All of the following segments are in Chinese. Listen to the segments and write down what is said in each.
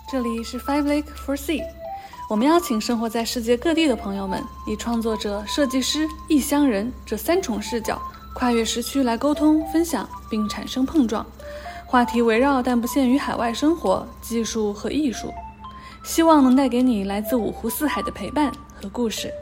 这里是 Five Lake for Sea， 我们邀请生活在世界各地的朋友们，以创作者、设计师、异乡人这三重视角，跨越时区来沟通、分享，并产生碰撞。话题围绕但不限于海外生活、技术和艺术，希望能带给你来自五湖四海的陪伴和故事。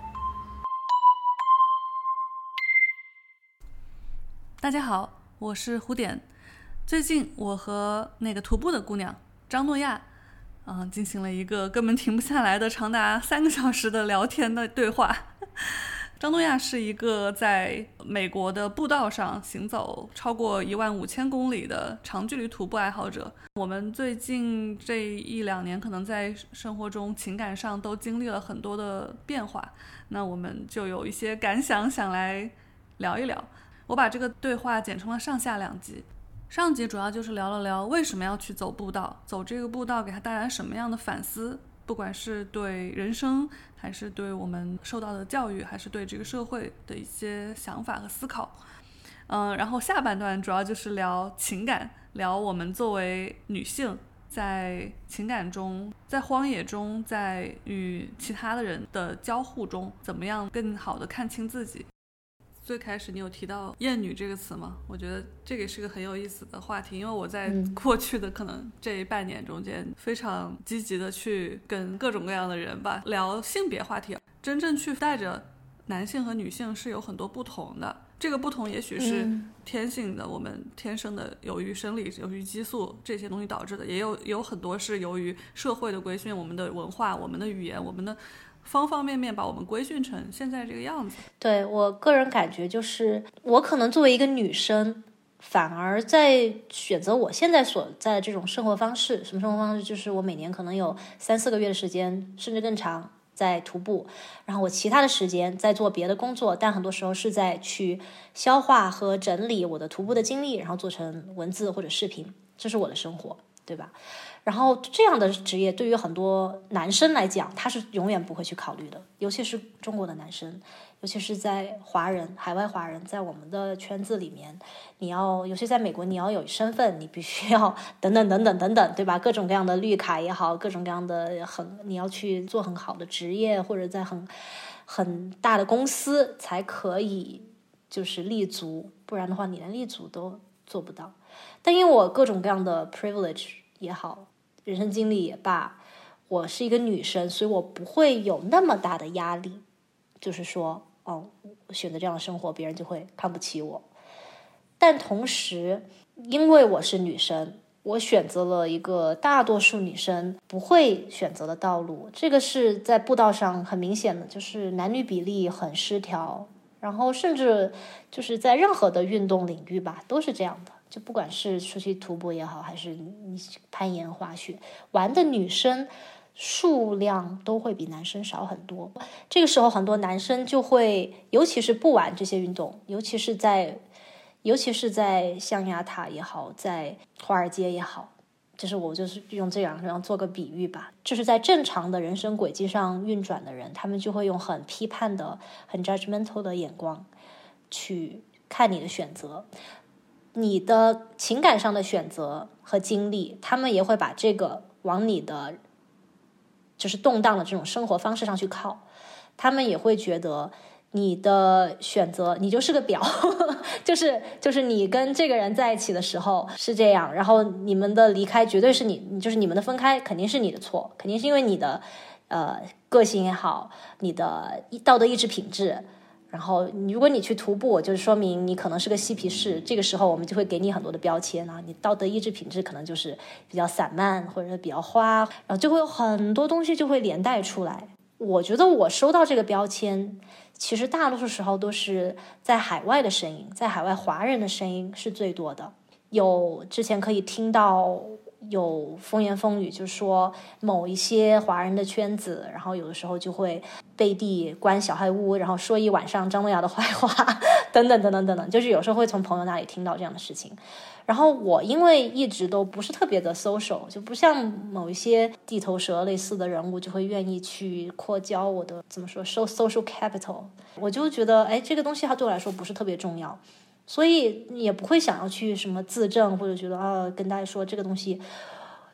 大家好，我是胡点。最近我和那个徒步的姑娘张诺亚进行了一个根本停不下来的长达3个小时的聊天的对话。张诺亚是一个在美国的步道上行走超过15000公里的长距离徒步爱好者。我们最近这1-2年可能在生活中情感上都经历了很多的变化，那我们就有一些感想想来聊一聊。我把这个对话剪成了上下2集。上集主要就是聊了聊为什么要去走步道，走这个步道给他带来什么样的反思，不管是对人生，还是对我们受到的教育，还是对这个社会的一些想法和思考。然后下半段主要就是聊情感，聊我们作为女性在情感中，在荒野中，在与其他的人的交互中，怎么样更好的看清自己。最开始你有提到厌女这个词吗？我觉得这个是个很有意思的话题，因为我在过去的可能这半年中间非常积极的去跟各种各样的人吧聊性别话题，真正去带着男性和女性是有很多不同的，这个不同也许是天性的，我们天生的由于生理由于激素这些东西导致的，也有很多是由于社会的规训，我们的文化，我们的语言，我们的方方面面把我们规训成现在这个样子。 对，我个人感觉就是我可能作为一个女生，反而在选择我现在所在的这种生活方式。什么生活方式？就是我每年可能有3-4个月的时间甚至更长在徒步，然后我其他的时间在做别的工作，但很多时候是在去消化和整理我的徒步的经历，然后做成文字或者视频，这是我的生活，对吧？然后这样的职业对于很多男生来讲，他是永远不会去考虑的，尤其是中国的男生，尤其是在海外华人，在我们的圈子里面，尤其在美国，你要有身份，你必须要等等等等等等，对吧？各种各样的绿卡也好，各种各样的你要去做很好的职业，或者在很大的公司才可以就是立足，不然的话你连立足都做不到。但因为我各种各样的 privilege 也好，人生经历也罢，我是一个女生，所以我不会有那么大的压力，就是说我选择这样的生活别人就会看不起我。但同时因为我是女生，我选择了一个大多数女生不会选择的道路，这个是在步道上很明显的，就是男女比例很失调，然后甚至就是在任何的运动领域吧都是这样的，就不管是出去徒步也好，还是你攀岩滑雪，玩的女生数量都会比男生少很多。这个时候很多男生就会，尤其是不玩这些运动，尤其是在象牙塔也好，在华尔街也好，我就是用这样做个比喻吧，就是在正常的人生轨迹上运转的人，他们就会用很批判的很 judgmental 的眼光去看你的选择，你的情感上的选择和经历，他们也会把这个往你的就是动荡的这种生活方式上去靠，他们也会觉得你的选择你就是个婊就是你跟这个人在一起的时候是这样，然后你们的离开绝对是就是你们的分开肯定是你的错，肯定是因为你的个性也好，你的道德意志品质，然后如果你去徒步，就是说明你可能是个嬉皮士，这个时候我们就会给你很多的标签啊，你道德意志品质可能就是比较散漫或者比较花，然后就会有很多东西就会连带出来。我觉得我收到这个标签其实大多数时候都是在海外的声音，在海外华人的声音是最多的。有之前可以听到有风言风语，就是说某一些华人的圈子，然后有的时候就会背地关小黑屋，然后说一晚上张诺亚的坏话等等等等等等，就是有时候会从朋友那里听到这样的事情。然后我因为一直都不是特别的 social， 就不像某一些地头蛇类似的人物就会愿意去扩交我的怎么说 social capital， 我就觉得这个东西它对我来说不是特别重要，所以也不会想要去什么自证，或者觉得跟大家说这个东西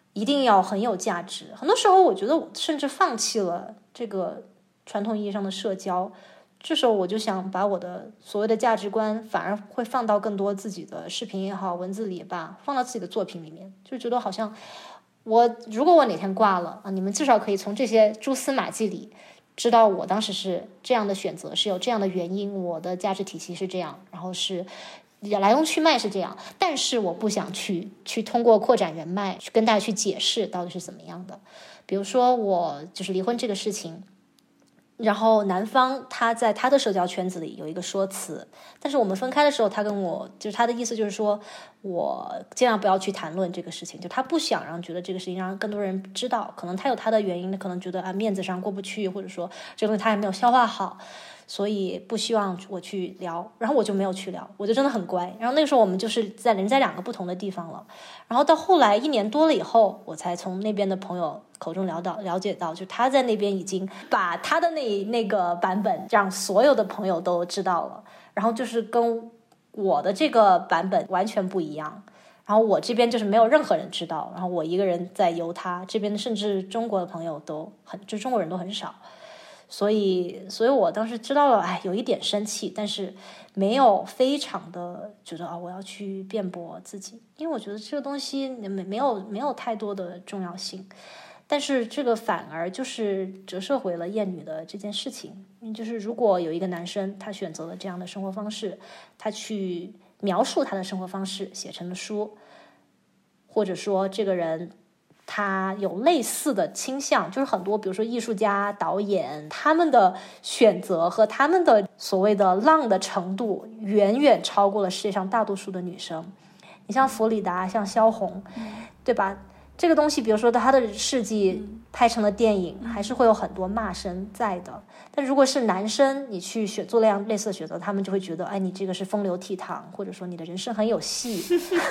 一定要很有价值。很多时候我觉得我甚至放弃了这个传统意义上的社交，这时候我就想把我的所谓的价值观反而会放到更多自己的视频也好，文字里也罢，放到自己的作品里面，就觉得好像如果我哪天挂了啊，你们至少可以从这些蛛丝马迹里知道我当时是这样的选择，是有这样的原因，我的价值体系是这样，然后是来龙去脉是这样，但是我不想去通过扩展人脉去跟大家去解释到底是怎么样的。比如说我就是离婚这个事情，然后男方他在他的社交圈子里有一个说辞，但是我们分开的时候，他跟我就是他的意思就是说我尽量不要去谈论这个事情，就他不想觉得这个事情让更多人知道，可能他有他的原因，可能觉得面子上过不去，或者说这个东西他还没有消化好，所以不希望我去聊，然后我就没有去聊，我就真的很乖。然后那个时候我们就是在两个不同的地方了，然后到后来1年多了以后，我才从那边的朋友口中了解到，就他在那边已经把他的那个版本让所有的朋友都知道了，然后就是跟我的这个版本完全不一样。然后我这边就是没有任何人知道，然后我一个人在游他这边，甚至中国的朋友就中国人都很少。所以我当时知道了，有一点生气，但是没有非常的觉得我要去辩驳自己，因为我觉得这个东西没有太多的重要性。但是这个反而就是折射回了厌女的这件事情，就是如果有一个男生他选择了这样的生活方式，他去描述他的生活方式写成了书，或者说这个人他有类似的倾向，就是很多比如说艺术家导演他们的选择和他们的所谓的浪的程度远远超过了世界上大多数的女生。你像弗里达，像萧红，对吧？这个东西比如说他的事迹拍成了电影，还是会有很多骂声在的。但如果是男生你去做类似的选择，他们就会觉得你这个是风流倜傥，或者说你的人生很有戏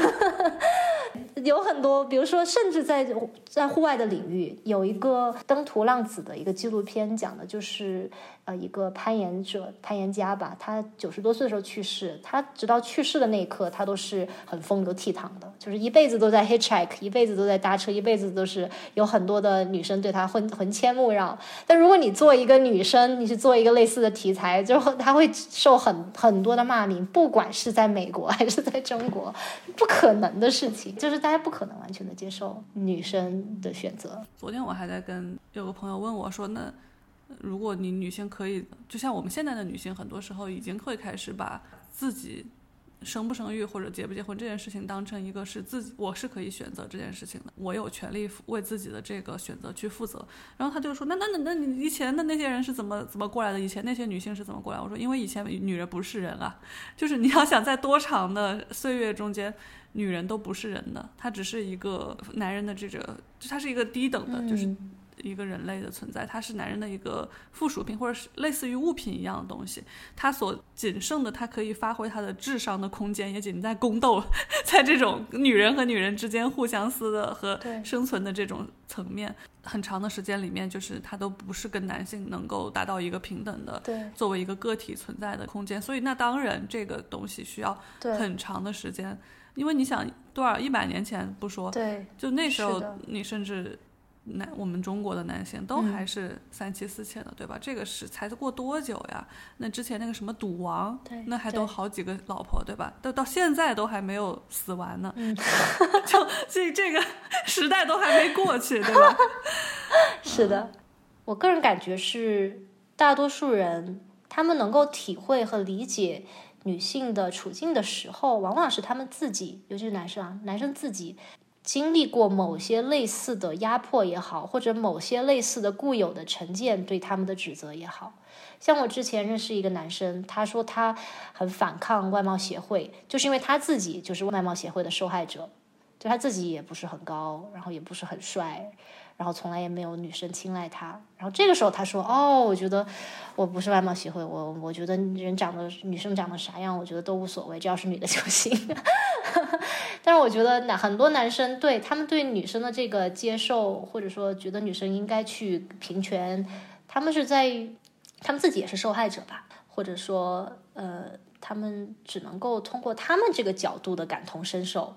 有很多比如说甚至在户外的领域，有一个登徒浪子的一个纪录片，讲的就是一个攀岩家吧，他90多岁的时候去世，他直到去世的那一刻他都是很风流倜傥的，就是一辈子都在 hitchhike， 一辈子都在搭车，一辈子都是有很多的女生对他魂牵目绕。但如果你做一个女生，你去做一个类似的题材，就他会受很多的骂名，不管是在美国还是在中国，不可能的事情，就是大家不可能完全的接受女生的选择。 昨天我还在有个朋友问我说，那如果你女性可以，就像我们现在的女性很多时候已经会开始把自己生不生育或者结不结婚这件事情当成一个是我是可以选择这件事情的，我有权利为自己的这个选择去负责。然后他就说那你以前的那些人是怎么过来的，以前那些女性是怎么过来？我说因为以前女人不是人啊，就是你要想在多长的岁月中间女人都不是人的，她只是一个男人的就她是一个低等的，就是一个人类的存在，它是男人的一个附属品，或者是类似于物品一样的东西。它所仅剩的，它可以发挥它的智商的空间，也仅在宫斗，在这种女人和女人之间互相撕的和生存的这种层面，很长的时间里面，就是它都不是跟男性能够达到一个平等的，作为一个个体存在的空间。所以那当然这个东西需要很长的时间，因为你想100年前不说，就那时候你甚至我们中国的男性都还是3妻4妾的，对吧？这个是才过多久呀？那之前那个什么赌王，那还都好几个老婆，对吧？到现在都还没有死完呢，所以这个时代都还没过去，对吧？ 是的，我个人感觉是大多数人他们能够体会和理解女性的处境的时候，往往是他们自己，尤其是男生自己经历过某些类似的压迫也好，或者某些类似的固有的成见对他们的指责也好。像我之前认识一个男生，他说他很反抗外貌协会，就是因为他自己就是外貌协会的受害者，就他自己也不是很高，然后也不是很帅，然后从来也没有女生青睐他。然后这个时候他说我觉得我不是外貌协会，我觉得女生长得啥样我觉得都无所谓，只要是女的就行但是我觉得很多男生他们对女生的这个接受，或者说觉得女生应该去平权，他们自己也是受害者吧，或者说他们只能够通过他们这个角度的感同身受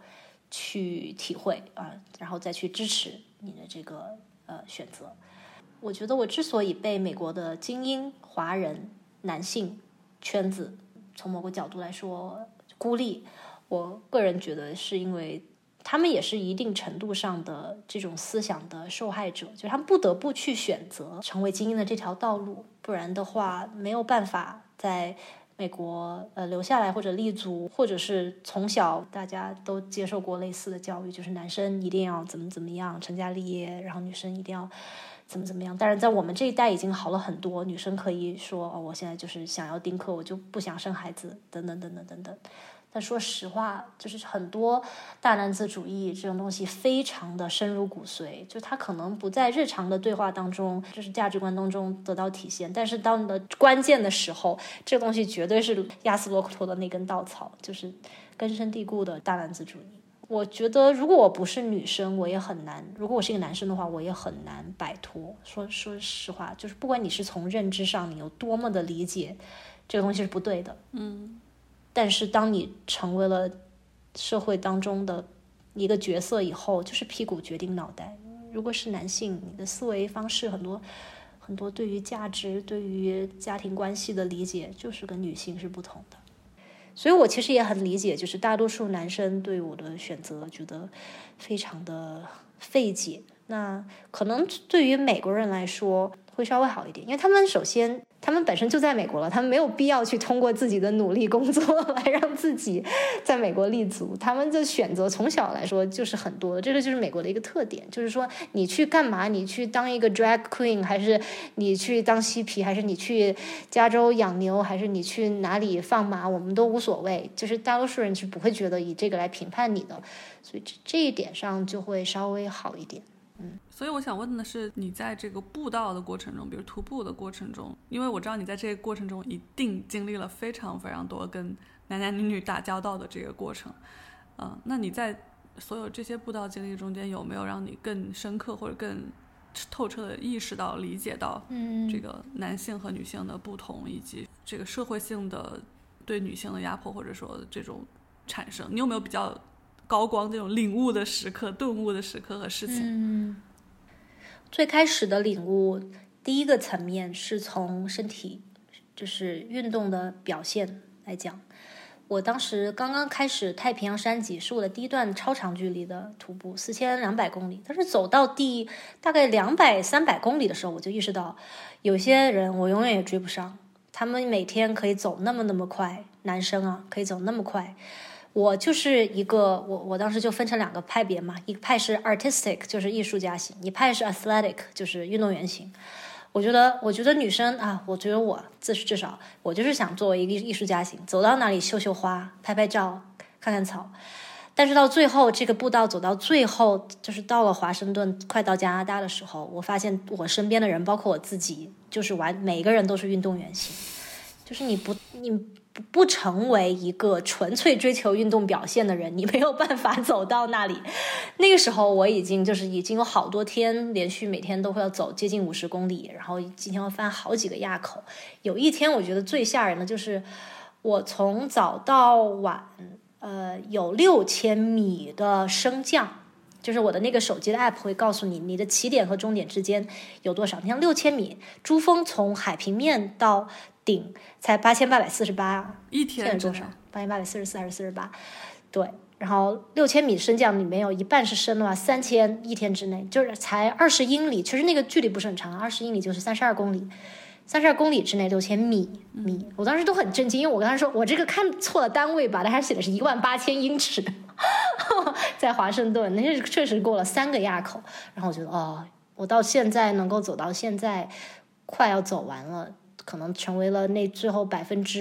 去体会啊，然后再去支持你的这个选择。我觉得我之所以被美国的精英华人男性圈子从某个角度来说孤立，我个人觉得是因为他们也是一定程度上的这种思想的受害者，就是他们不得不去选择成为精英的这条道路，不然的话没有办法在美国留下来或者立足，或者是从小大家都接受过类似的教育，就是男生一定要怎么样成家立业，然后女生一定要怎么样。当然在我们这一代已经好了很多，女生可以说我现在就是想要丁克，我就不想生孩子等等等等等等。但说实话，就是很多大男子主义这种东西非常的深入骨髓，就它可能不在日常的对话当中，就是价值观当中得到体现，但是到你的关键的时候，这个东西绝对是压死骆驼的那根稻草，就是根深蒂固的大男子主义。我觉得如果我不是女生，我也很难；如果我是一个男生的话，我也很难摆脱。说实话，就是不管你是从认知上你有多么的理解，这个东西是不对的，但是当你成为了社会当中的一个角色以后，就是屁股决定脑袋。如果是男性，你的思维方式很多对于价值、对于家庭关系的理解，就是跟女性是不同的。所以我其实也很理解，就是大多数男生对我的选择觉得非常的费解。那可能对于美国人来说会稍微好一点，因为他们本身就在美国了，他们没有必要去通过自己的努力工作来让自己在美国立足。他们的选择从小来说就是很多的，这个就是美国的一个特点，就是说你去干嘛，你去当一个 drag queen， 还是你去当嬉皮，还是你去加州养牛，还是你去哪里放马，我们都无所谓，就是大多数人是不会觉得以这个来评判你的，所以这一点上就会稍微好一点。 所以我想问的是，你在这个步道的过程中，比如徒步的过程中，因为我知道你在这个过程中一定经历了非常非常多跟男女打交道的这个过程，那你在所有这些步道经历中间，有没有让你更深刻或者更透彻的意识到、理解到这个男性和女性的不同，以及这个社会性的对女性的压迫，或者说这种产生？你有没有比较高光这种领悟的时刻、顿悟的时刻和事情？ 最开始的领悟，第一个层面是从身体，就是运动的表现来讲。我当时刚刚开始太平洋山脊，是我的第一段超长距离的徒步，4200公里。但是走到第大概200-300公里的时候，我就意识到，有些人我永远也追不上，他们每天可以走那么快，男生啊可以走那么快。我就是一个我当时就分成2个派别嘛，一个派是 artistic， 就是艺术家型，一派是 athletic， 就是运动员型。我觉得女生啊，我觉得我至少我就是想作为一个艺术家型，走到哪里绣绣花、拍拍照、看看草。但是到最后这个步道走到最后，就是到了华盛顿快到加拿大的时候，我发现我身边的人，包括我自己，就是每个人都是运动员型，就是你不成为一个纯粹追求运动表现的人，你没有办法走到那里。那个时候我已经有好多天连续每天都会要走接近50公里，然后今天要翻好几个垭口。有一天我觉得最吓人的就是我从早到晚有6000米的升降，就是我的那个手机的 app 会告诉你的起点和终点之间有多少。你像6000米，珠峰从海平面到顶才8848， 一天现在多少？8844还是48？对，然后6000米升降里面有一半是升的话，3000一天之内就是才20英里，其实那个距离不是很长，20英里就是32公里。32公里之内6000米，我当时都很震惊，因为我刚才说我这个看错了单位吧，它还写的是18000英尺，在华盛顿，那确实过了3个垭口。然后我觉得我到现在能够走到现在，快要走完了，可能成为了那最后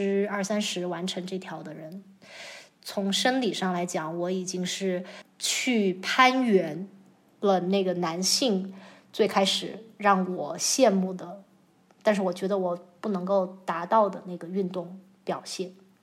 20-30%完成这条的人。从生理上来讲，我已经是去攀援了那个男性最开始让我羡慕的，但是我觉得我不能够达到的那个运动表现。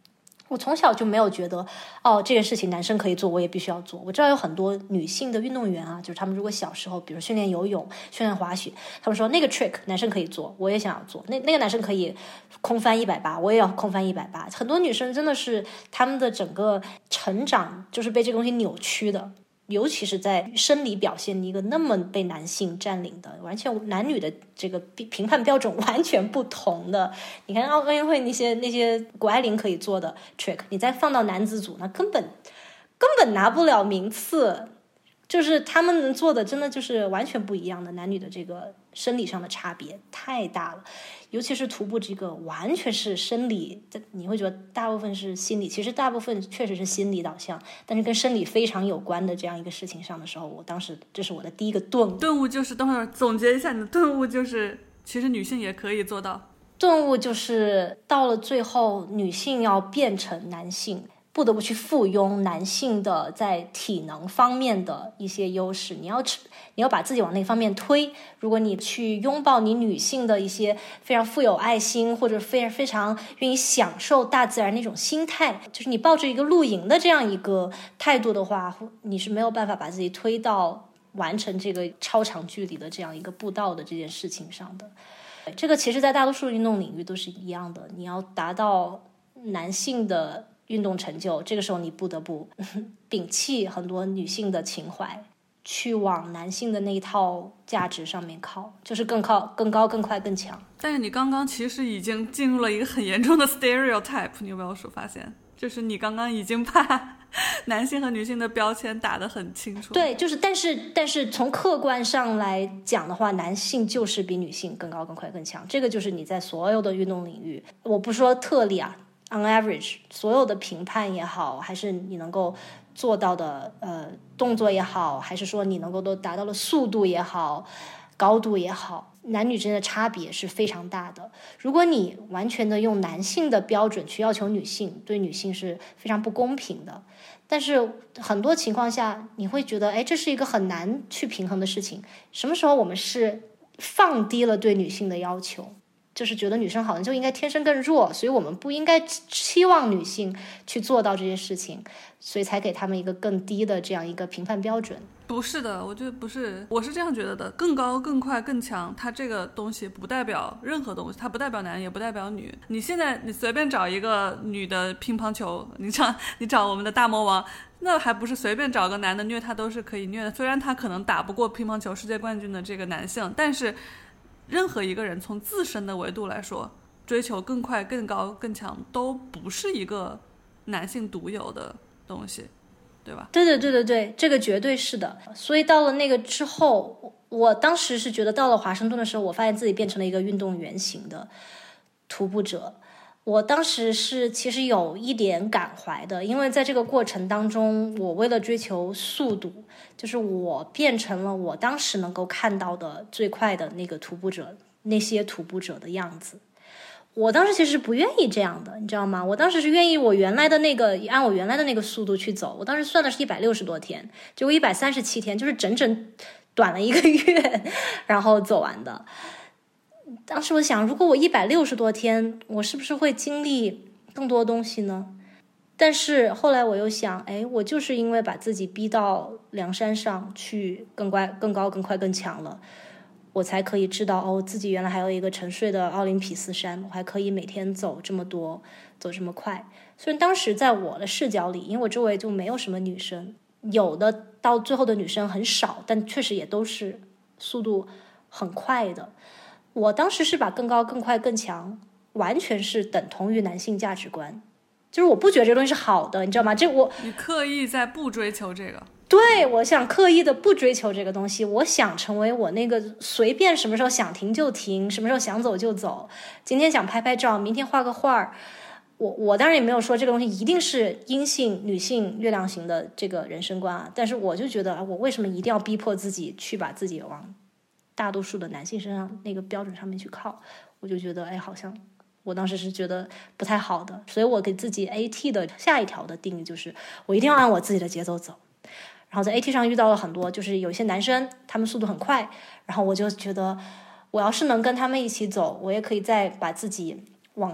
我从小就没有觉得这个事情男生可以做我也必须要做。我知道有很多女性的运动员啊，就是他们如果小时候比如训练游泳训练滑雪，他们说那个 trick 男生可以做我也想要做，那个男生可以空翻180我也要空翻180。很多女生真的是他们的整个成长就是被这个东西扭曲的，尤其是在生理表现一个那么被男性占领的，完全男女的这个评判标准完全不同的。你看奥运会那些谷爱凌可以做的 trick， 你再放到男子组，那根本拿不了名次。就是他们能做的真的就是完全不一样的，男女的这个生理上的差别太大了。尤其是徒步这个完全是生理，你会觉得大部分是心理，其实大部分确实是心理导向，但是跟生理非常有关的这样一个事情上的时候，我当时这是我的第一个顿悟。就是等会儿总结一下你的顿悟，就是其实女性也可以做到。 顿悟就是到了最后女性要变成男性，不得不去附庸男性的在体能方面的一些优势，你要把自己往那方面推。如果你去拥抱你女性的一些非常富有爱心或者非常愿意享受大自然那种心态，就是你抱着一个露营的这样一个态度的话，你是没有办法把自己推到完成这个超长距离的这样一个步道的这件事情上的。这个其实在大多数运动领域都是一样的，你要达到男性的运动成就，这个时候你不得不摒弃很多女性的情怀，去往男性的那一套价值上面靠，就是更高更快更强。 但是你刚刚其实已经进入了一个很严重的 stereotype， 你有没有发现就是你刚刚已经把男性和女性的标签打得很清楚。 对，就是但是从客观上来讲的话，男性就是比女性更高更快更强，这个就是你在所有的运动领域，我不说特例啊，on average 所有的评判也好，还是你能够做到的动作也好，还是说你能够都达到了速度也好高度也好，男女之间的差别是非常大的。如果你完全的用男性的标准去要求女性，对女性是非常不公平的。但是很多情况下你会觉得这是一个很难去平衡的事情。什么时候我们是放低了对女性的要求，就是觉得女生好像就应该天生更弱，所以我们不应该期望女性去做到这些事情，所以才给他们一个更低的这样一个评判标准。 不是的，我觉得不是，我是这样觉得的。更高更快更强，它这个东西不代表任何东西，它不代表男也不代表女。你现在你随便找一个女的乒乓球，你找我们的大魔王，那还不是随便找个男的虐他都是可以虐的。虽然他可能打不过乒乓球世界冠军的这个男性，但是任何一个人从自身的维度来说，追求更快更高更强都不是一个男性独有的东西，对吧？ 对，这个绝对是的。所以到了那个之后，我当时是觉得到了华盛顿的时候，我发现自己变成了一个运动员型的徒步者。我当时是其实有一点感怀的，因为在这个过程当中，我为了追求速度，就是我变成了我当时能够看到的最快的那个徒步者，那些徒步者的样子。我当时其实不愿意这样的，你知道吗？我当时是愿意按我原来的那个速度去走。我当时算的是160多天，结果137天，就是整整短了1个月然后走完的。当时我想，如果我160多天，我是不是会经历更多东西呢？但是后来我又想，我就是因为把自己逼到梁山上去更高更快更强了，我才可以知道自己原来还有一个沉睡的奥林匹斯山，我还可以每天走这么多，走这么快。虽然当时在我的视角里，因为我周围就没有什么女生，有的到最后的女生很少，但确实也都是速度很快的。我当时是把更高更快更强完全是等同于男性价值观，就是我不觉得这个东西是好的，你知道吗？ 你刻意在不追求这个。 对，我想刻意的不追求这个东西，我想成为我那个随便什么时候想停就停，什么时候想走就走，今天想拍拍照，明天画个画。我当然也没有说这个东西一定是阴性女性月亮型的这个人生观啊，但是我就觉得我为什么一定要逼迫自己去把自己往大多数的男性身上那个标准上面去靠，我就觉得好像我当时是觉得不太好的，所以我给自己 AT 的下一条的定义就是我一定要按我自己的节奏走。然后在 AT 上遇到了很多，就是有一些男生他们速度很快，然后我就觉得我要是能跟他们一起走，我也可以再把自己往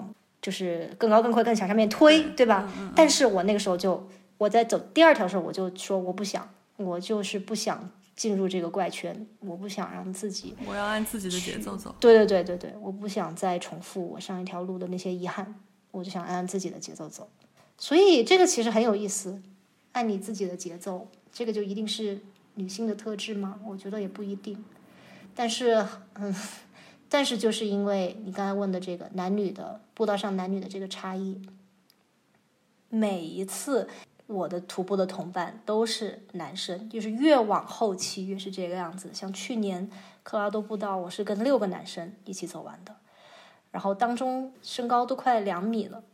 就是更高更快更向上面推，对吧？但是我那个时候我在走第二条时候，我就说我不想，我就是不想进入这个怪圈，我不想让自己， 我要按自己的节奏走。 对，我不想再重复我上一条路的那些遗憾，我就想按自己的节奏走。所以这个其实很有意思，按你自己的节奏，这个就一定是女性的特质吗？我觉得也不一定。但是就是因为你刚才问的这个男女的步道上男女的这个差异，每一次我的徒步的同伴都是男生，就是越往后期越是这个样子。像去年科拉多步道，我是跟6个男生一起走完的，然后当中身高都快2米了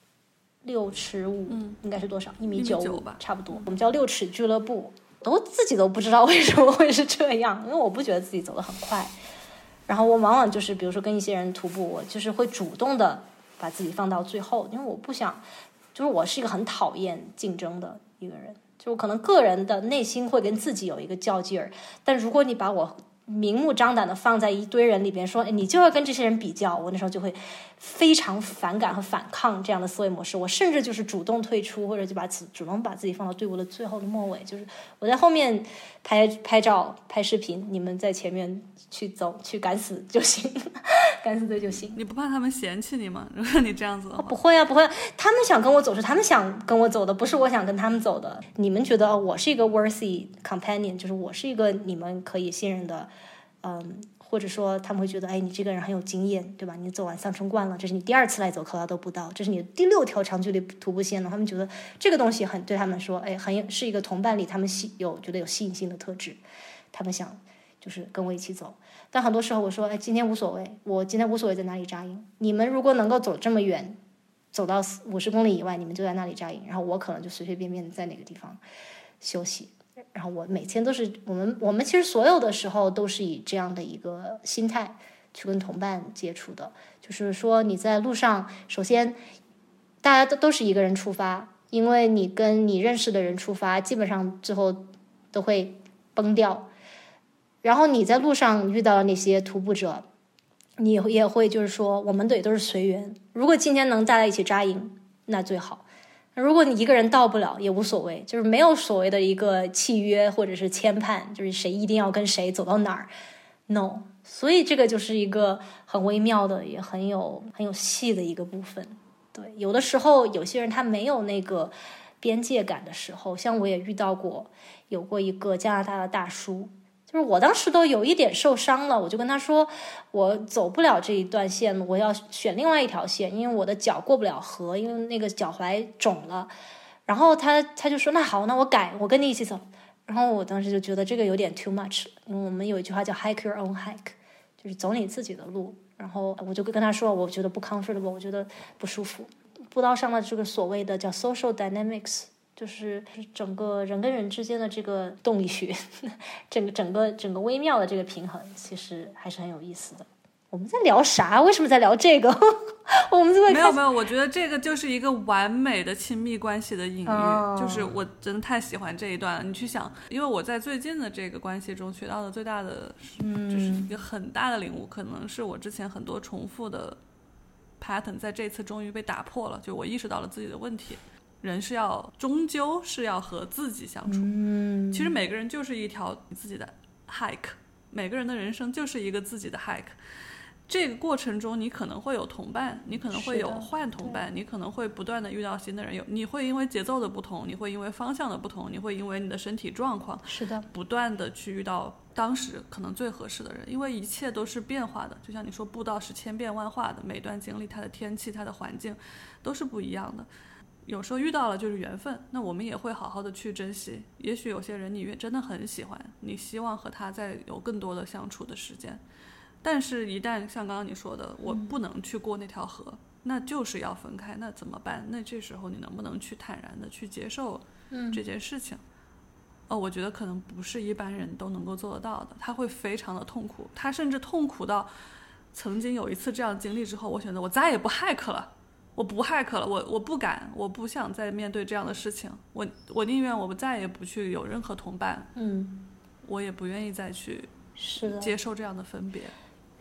，6尺5，应该是多少？1.95米吧，差不多。我们叫6尺俱乐部，自己都不知道为什么会是这样，因为我不觉得自己走得很快。然后我往往就是比如说跟一些人徒步，我就是会主动的把自己放到最后，因为我不想，就是我是一个很讨厌竞争的一个人，就我可能个人的内心会跟自己有一个较劲儿，但如果你把我明目张胆的放在一堆人里边说，你就要跟这些人比较，我那时候就会非常反感和反抗这样的思维模式。我甚至就是主动退出，或者就主动把自己放到队伍的最后的末尾，就是我在后面拍照拍视频，你们在前面去走去赶死就行赶死队就行。 你不怕他们嫌弃你吗？如果你这样子的话。 不会啊，他们想跟我走是他们想跟我走的，不是我想跟他们走的。你们觉得我是一个 worthy companion， 就是我是一个你们可以信任的，或者说他们会觉得，你这个人很有经验，对吧？你走完3重冠了，这是你第2次来走科拉多步道，这是你的第6条长距离徒步线了。他们觉得这个东西对他们说，是一个同伴里他们觉得有吸引性的特质，他们想就是跟我一起走。但很多时候我说，今天无所谓，我今天无所谓在哪里扎营。你们如果能够走这么远，走到50公里以外，你们就在那里扎营，然后我可能就随随便便在哪个地方休息。然后我每天都是我们其实所有的时候都是以这样的一个心态去跟同伴接触的，就是说你在路上，首先大家都是一个人出发，因为你跟你认识的人出发，基本上最后都会崩掉。然后你在路上遇到那些徒步者，你也会就是说，我们都是随缘。如果今天能大家一起扎营，那最好。如果你一个人到不了也无所谓，就是没有所谓的一个契约或者是牵绊，就是谁一定要跟谁走到哪儿 ，no。所以这个就是一个很微妙的，也很有戏的一个部分。对，有的时候有些人他没有那个边界感的时候，像我也遇到过，有过一个加拿大的大叔。就是我当时都有一点受伤了，我就跟他说我走不了这一段线，我要选另外一条线，因为我的脚过不了河，因为那个脚踝肿了。然后他就说那好，那我改，我跟你一起走。然后我当时就觉得这个有点 too much， 因为我们有一句话叫 hike your own hike， 就是走你自己的路。然后我就跟他说我觉得不 comfortable， 我觉得不舒服。步道上的这个所谓的叫 social dynamics，就是整个人跟人之间的这个动力学，整个微妙的这个平衡，其实还是很有意思的。我们在聊啥？为什么在聊这个？我们没有，我觉得这个就是一个完美的亲密关系的隐喻，就是我真的太喜欢这一段了。你去想，因为我在最近的这个关系中学到的最大的，就是一个很大的领悟，可能是我之前很多重复的 pattern 在这次终于被打破了，就我意识到了自己的问题。人终究是要和自己相处，其实每个人就是一条自己的 hike， 每个人的人生就是一个自己的 hike。 这个过程中你可能会有同伴，你可能会有换同伴，你可能会不断的遇到新的人，你会因为节奏的不同，你会因为方向的不同，你会因为你的身体状况， 是的， 不断的去遇到当时可能最合适的人，因为一切都是变化的，就像你说步道是千变万化的，每段经历它的天气它的环境都是不一样的，有时候遇到了就是缘分，那我们也会好好的去珍惜。也许有些人你真的很喜欢，你希望和他再有更多的相处的时间，但是一旦像刚刚你说的，我不能去过那条河，那就是要分开，那怎么办？那这时候你能不能去坦然的去接受这件事情？我觉得可能不是一般人都能够做得到的，他会非常的痛苦，他甚至痛苦到曾经有一次这样经历之后，我选择我再也不 hike 了，我不 hike 了，我不敢，我不想再面对这样的事情，我宁愿我再也不去有任何同伴，我也不愿意再去接受这样的分别。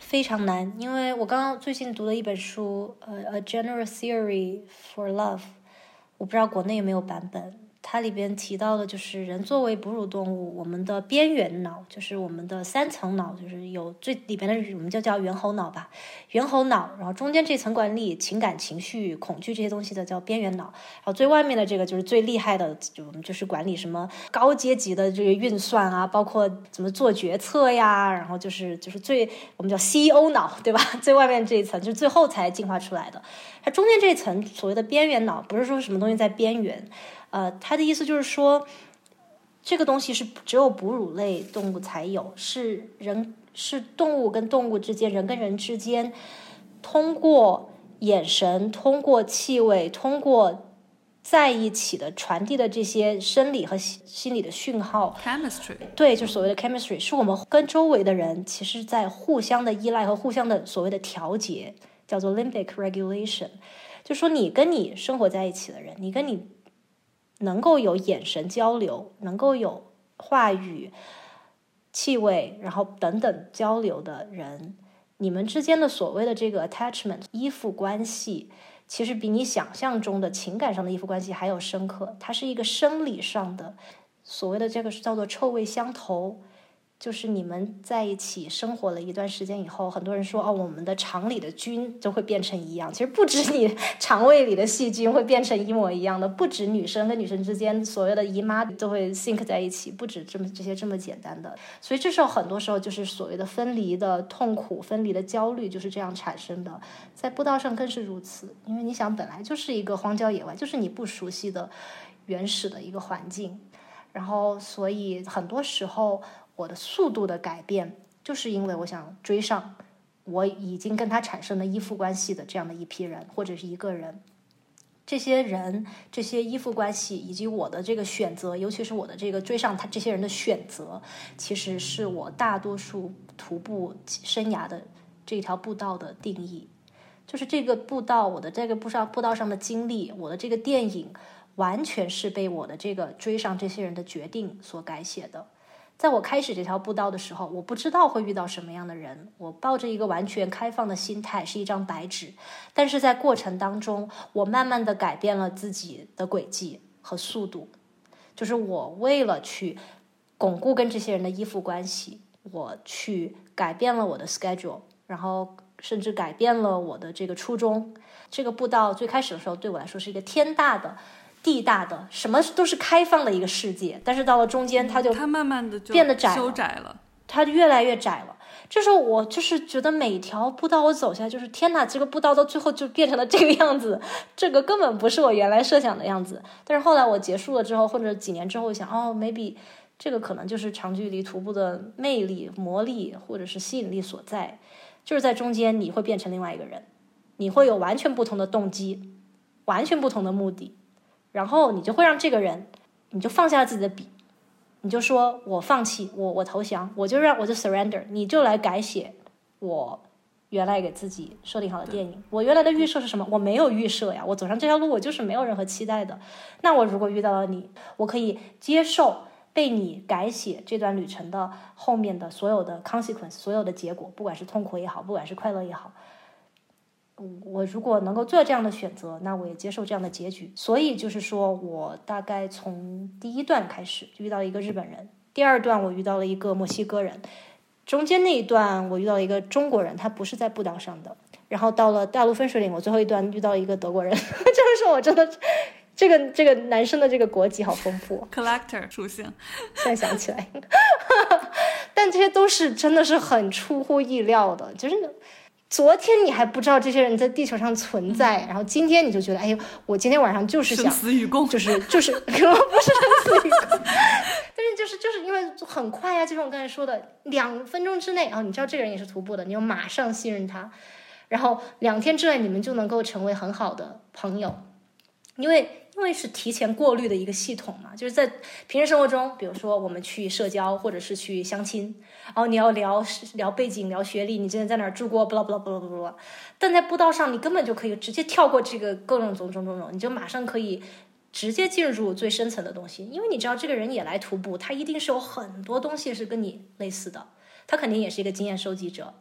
非常难，因为我刚刚最近读了一本书，A General Theory for Love， 我不知道国内有没有版本。它里边提到的就是人作为哺乳动物，我们的边缘脑，就是我们的3层脑，就是有最里边的我们就叫猿猴脑吧，猿猴脑，然后中间这层管理情感、情绪、恐惧这些东西的叫边缘脑，然后最外面的这个就是最厉害的，我们就是管理什么高阶级的这个运算啊，包括怎么做决策呀，然后就是最我们叫 CEO 脑，对吧？最外面这一层就是最后才进化出来的，它中间这一层所谓的边缘脑，不是说什么东西在边缘。他的意思就是说，这个东西是只有哺乳类动物才有，是动物跟动物之间，人跟人之间，通过眼神、通过气味、通过在一起的传递的这些生理和心理的讯号 chemistry， 对，就是所谓的 chemistry， 是我们跟周围的人其实在互相的依赖和互相的所谓的调节，叫做 limbic regulation， 就说你跟你生活在一起的人，你跟你能够有眼神交流，能够有话语、气味，然后等等交流的人，你们之间的所谓的这个 attachment 依附关系，其实比你想象中的情感上的依附关系还有深刻。它是一个生理上的，所谓的这个是叫做臭味相投，就是你们在一起生活了一段时间以后，很多人说我们的肠里的菌就会变成一样，其实不止你肠胃里的细菌会变成一模一样的，不止女生跟女生之间所谓的姨妈都会 sync 在一起，不止这些这么简单的。所以这时候很多时候就是所谓的分离的痛苦、分离的焦虑就是这样产生的。在步道上更是如此，因为你想本来就是一个荒郊野外，就是你不熟悉的原始的一个环境，然后所以很多时候我的速度的改变，就是因为我想追上我已经跟他产生了依附关系的这样的一批人，或者是一个人。这些人、这些依附关系以及我的这个选择，尤其是我的这个追上他这些人的选择，其实是我大多数徒步生涯的这条步道的定义。就是这个步道，我的这个步道上的经历，我的这个电影，完全是被我的这个追上这些人的决定所改写的。在我开始这条步道的时候，我不知道会遇到什么样的人，我抱着一个完全开放的心态，是一张白纸。但是在过程当中，我慢慢的改变了自己的轨迹和速度，就是我为了去巩固跟这些人的依附关系，我去改变了我的 schedule， 然后甚至改变了我的这个初衷。这个步道最开始的时候对我来说是一个天大的地大的，什么都是开放的一个世界，但是到了中间它慢慢的就变得修窄了， 它越来越窄了。这时候我就是觉得每条步道我走下来，就是天哪，这个步道到最后就变成了这个样子，这个根本不是我原来设想的样子。但是后来我结束了之后，或者几年之后，我想maybe 这个可能就是长距离徒步的魅力、魔力或者是吸引力所在，就是在中间你会变成另外一个人，你会有完全不同的动机，完全不同的目的，然后你就会让这个人，你就放下了自己的笔，你就说我放弃，我投降，我就 surrender， 你就来改写我原来给自己设定好的电影。我原来的预设是什么？我没有预设呀，我走上这条路我就是没有任何期待的。那我如果遇到了你，我可以接受被你改写这段旅程的后面的所有的 consequence， 所有的结果，不管是痛苦也好，不管是快乐也好，我如果能够做这样的选择，那我也接受这样的结局。所以就是说我大概从第一段开始就遇到了一个日本人，第二段我遇到了一个墨西哥人，中间那一段我遇到了一个中国人，他不是在步道上的，然后到了大陆分水岭，我最后一段遇到了一个德国人。这个时候我真的这个男生的这个国籍好丰富 ，collector 属性， 现在想起来但这些都是真的是很出乎意料的，就是昨天你还不知道这些人在地球上存在，然后今天你就觉得，哎呦，我今天晚上就是想生死与共， 就是不是生死与共，但是就是因为很快啊，就像我刚才说的，2分钟之内，然后你知道这个人也是徒步的，你就马上信任他，然后2天之内你们就能够成为很好的朋友，因为是提前过滤的一个系统嘛，就是在平时生活中，比如说我们去社交或者是去相亲，然后你要聊背景、聊学历，你之前在哪儿住过，blah blah blah blah blah，但在步道上你根本就可以直接跳过这个各种种，你就马上可以直接进入最深层的东西，因为你知道这个人也来徒步，他一定是有很多东西是跟你类似的，他肯定也是一个经验收集者，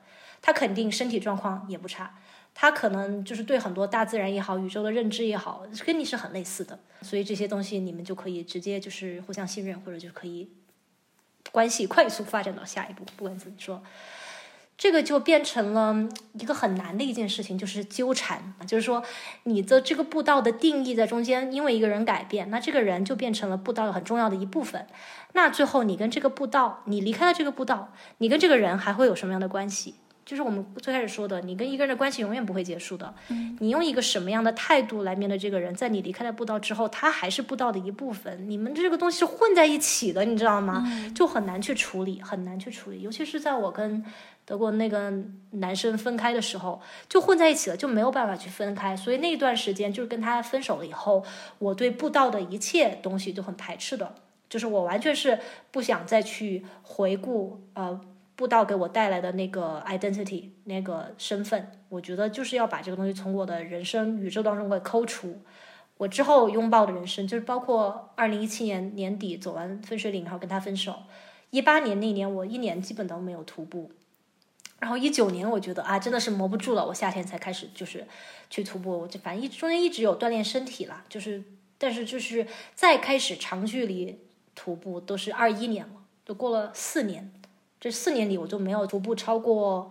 他肯定身体状况也不差，他可能就是对很多大自然也好，宇宙的认知也好，跟你是很类似的，所以这些东西你们就可以直接就是互相信任，或者就可以关系快速发展到下一步。不管怎么说，这个就变成了一个很难的一件事情，就是纠缠，就是说你的这个步道的定义在中间，因为一个人改变，那这个人就变成了步道很重要的一部分。那最后你跟这个步道，你离开了这个步道，你跟这个人还会有什么样的关系？就是我们最开始说的，你跟一个人的关系永远不会结束的。你用一个什么样的态度来面对这个人，在你离开了步道之后，他还是步道的一部分，你们这个东西是混在一起的，你知道吗？就很难去处理，很难去处理。尤其是在我跟德国那个男生分开的时候，就混在一起了，就没有办法去分开。所以那段时间就是跟他分手了以后，我对步道的一切东西都很排斥的，就是我完全是不想再去回顾步道给我带来的那个 identity 那个身份，我觉得就是要把这个东西从我的人生宇宙当中给抠除。我之后拥抱的人生，就是包括2017年年底走完分水岭，然后跟他分手。18年那年我1年基本都没有徒步，然后19年我觉得真的是磨不住了，我夏天才开始就是去徒步，就反正中间一直有锻炼身体啦，但是就是再开始长距离徒步都是21年了，都过了4年。这4年里我就没有徒步超过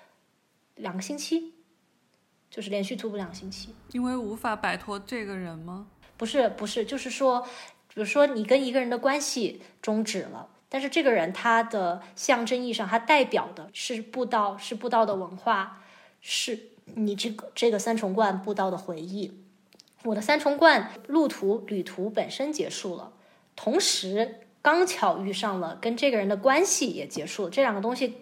2个星期，就是连续徒步2个星期。 因为无法摆脱这个人吗？ 不是，就是说，比如说你跟一个人的关系终止了，但是这个人他的象征意义上，他代表的是步道，是步道的文化，是你这个三重冠步道的回忆。我的三重冠旅途本身结束了，同时刚巧遇上了跟这个人的关系也结束了，这两个东西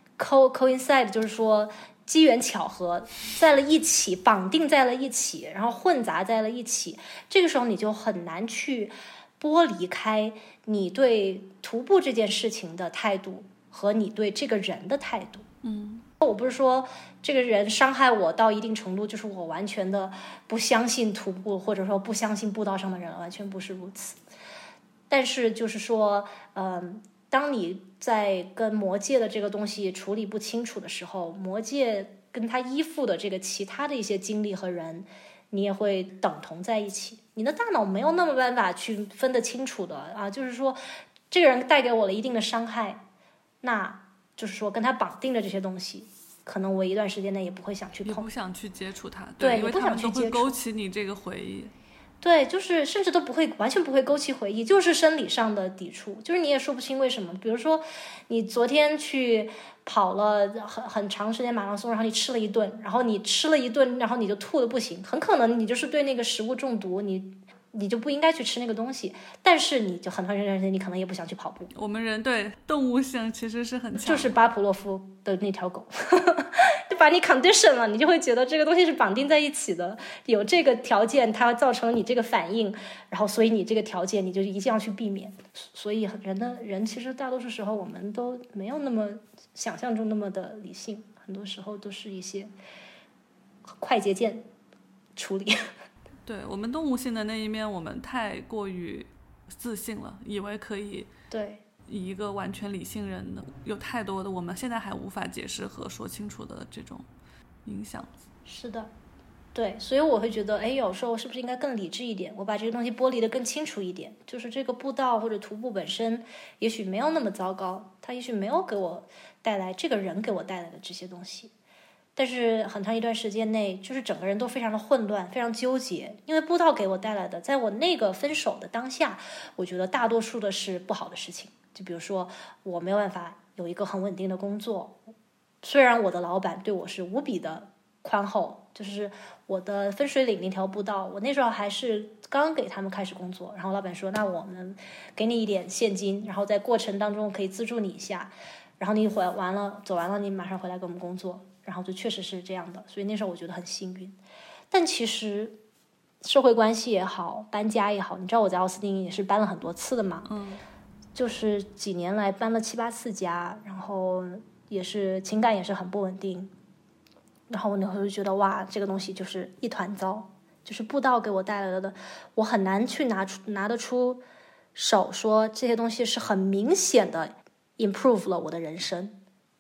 coincide， 就是说机缘巧合在了一起，绑定在了一起，然后混杂在了一起。这个时候你就很难去剥离开你对徒步这件事情的态度和你对这个人的态度。我不是说这个人伤害我到一定程度，就是我完全的不相信徒步，或者说不相信步道上的人，完全不是如此。但是就是说当你在跟魔界的这个东西处理不清楚的时候，魔界跟他依附的这个其他的一些经历和人，你也会等同在一起。你的大脑没有那么办法去分得清楚的就是说这个人带给我了一定的伤害，那就是说跟他绑定的这些东西，可能我一段时间内也不会想去碰， 也不想去接触他， 对， 因为他们都会勾起你这个回忆。 对，就是甚至都不会，完全不会勾起回忆，就是生理上的抵触，就是你也说不清为什么。比如说你昨天去跑了很长时间马拉松，然后你吃了一顿，然后你吃了一顿，然后你就吐的不行，很可能你就是对那个食物中毒，你就不应该去吃那个东西，但是你就很长时间你可能也不想去跑步。 我们人对动物性其实是很强的， 就是巴甫洛夫的那条狗就把你 condition 了，你就会觉得这个东西是绑定在一起的，有这个条件它造成你这个反应，然后所以你这个条件你就一定要去避免。所以人其实大多数时候我们都没有那么想象中那么的理性，很多时候都是一些快捷键处理。 对，我们动物性的那一面我们太过于自信了，以为可以对以一个完全理性人的，有太多的我们现在还无法解释和说清楚的这种影响。 是的，对，所以我会觉得有时候是不是应该更理智一点，我把这个东西剥离得更清楚一点，就是这个步道或者徒步本身也许没有那么糟糕，它也许没有给我带来这个人给我带来的这些东西，但是很长一段时间内就是整个人都非常的混乱，非常纠结，因为步道给我带来的，在我那个分手的当下，我觉得大多数的是不好的事情。就比如说我没有办法有一个很稳定的工作，虽然我的老板对我是无比的宽厚，就是我的分水岭那条步道，我那时候还是刚给他们开始工作，然后老板说那我们给你一点现金，然后在过程当中可以资助你一下，然后你走完了你马上回来给我们工作，然后就确实是这样的，所以那时候我觉得很幸运。但其实社会关系也好，搬家也好，你知道我在奥斯汀也是搬了很多次的嘛，就是几年来搬了7、8次家，然后也是情感也是很不稳定，然后我那会儿就觉得哇，这个东西就是一团糟，就是步道给我带来的，我很难去拿得出手说这些东西是很明显的 improve 了我的人生，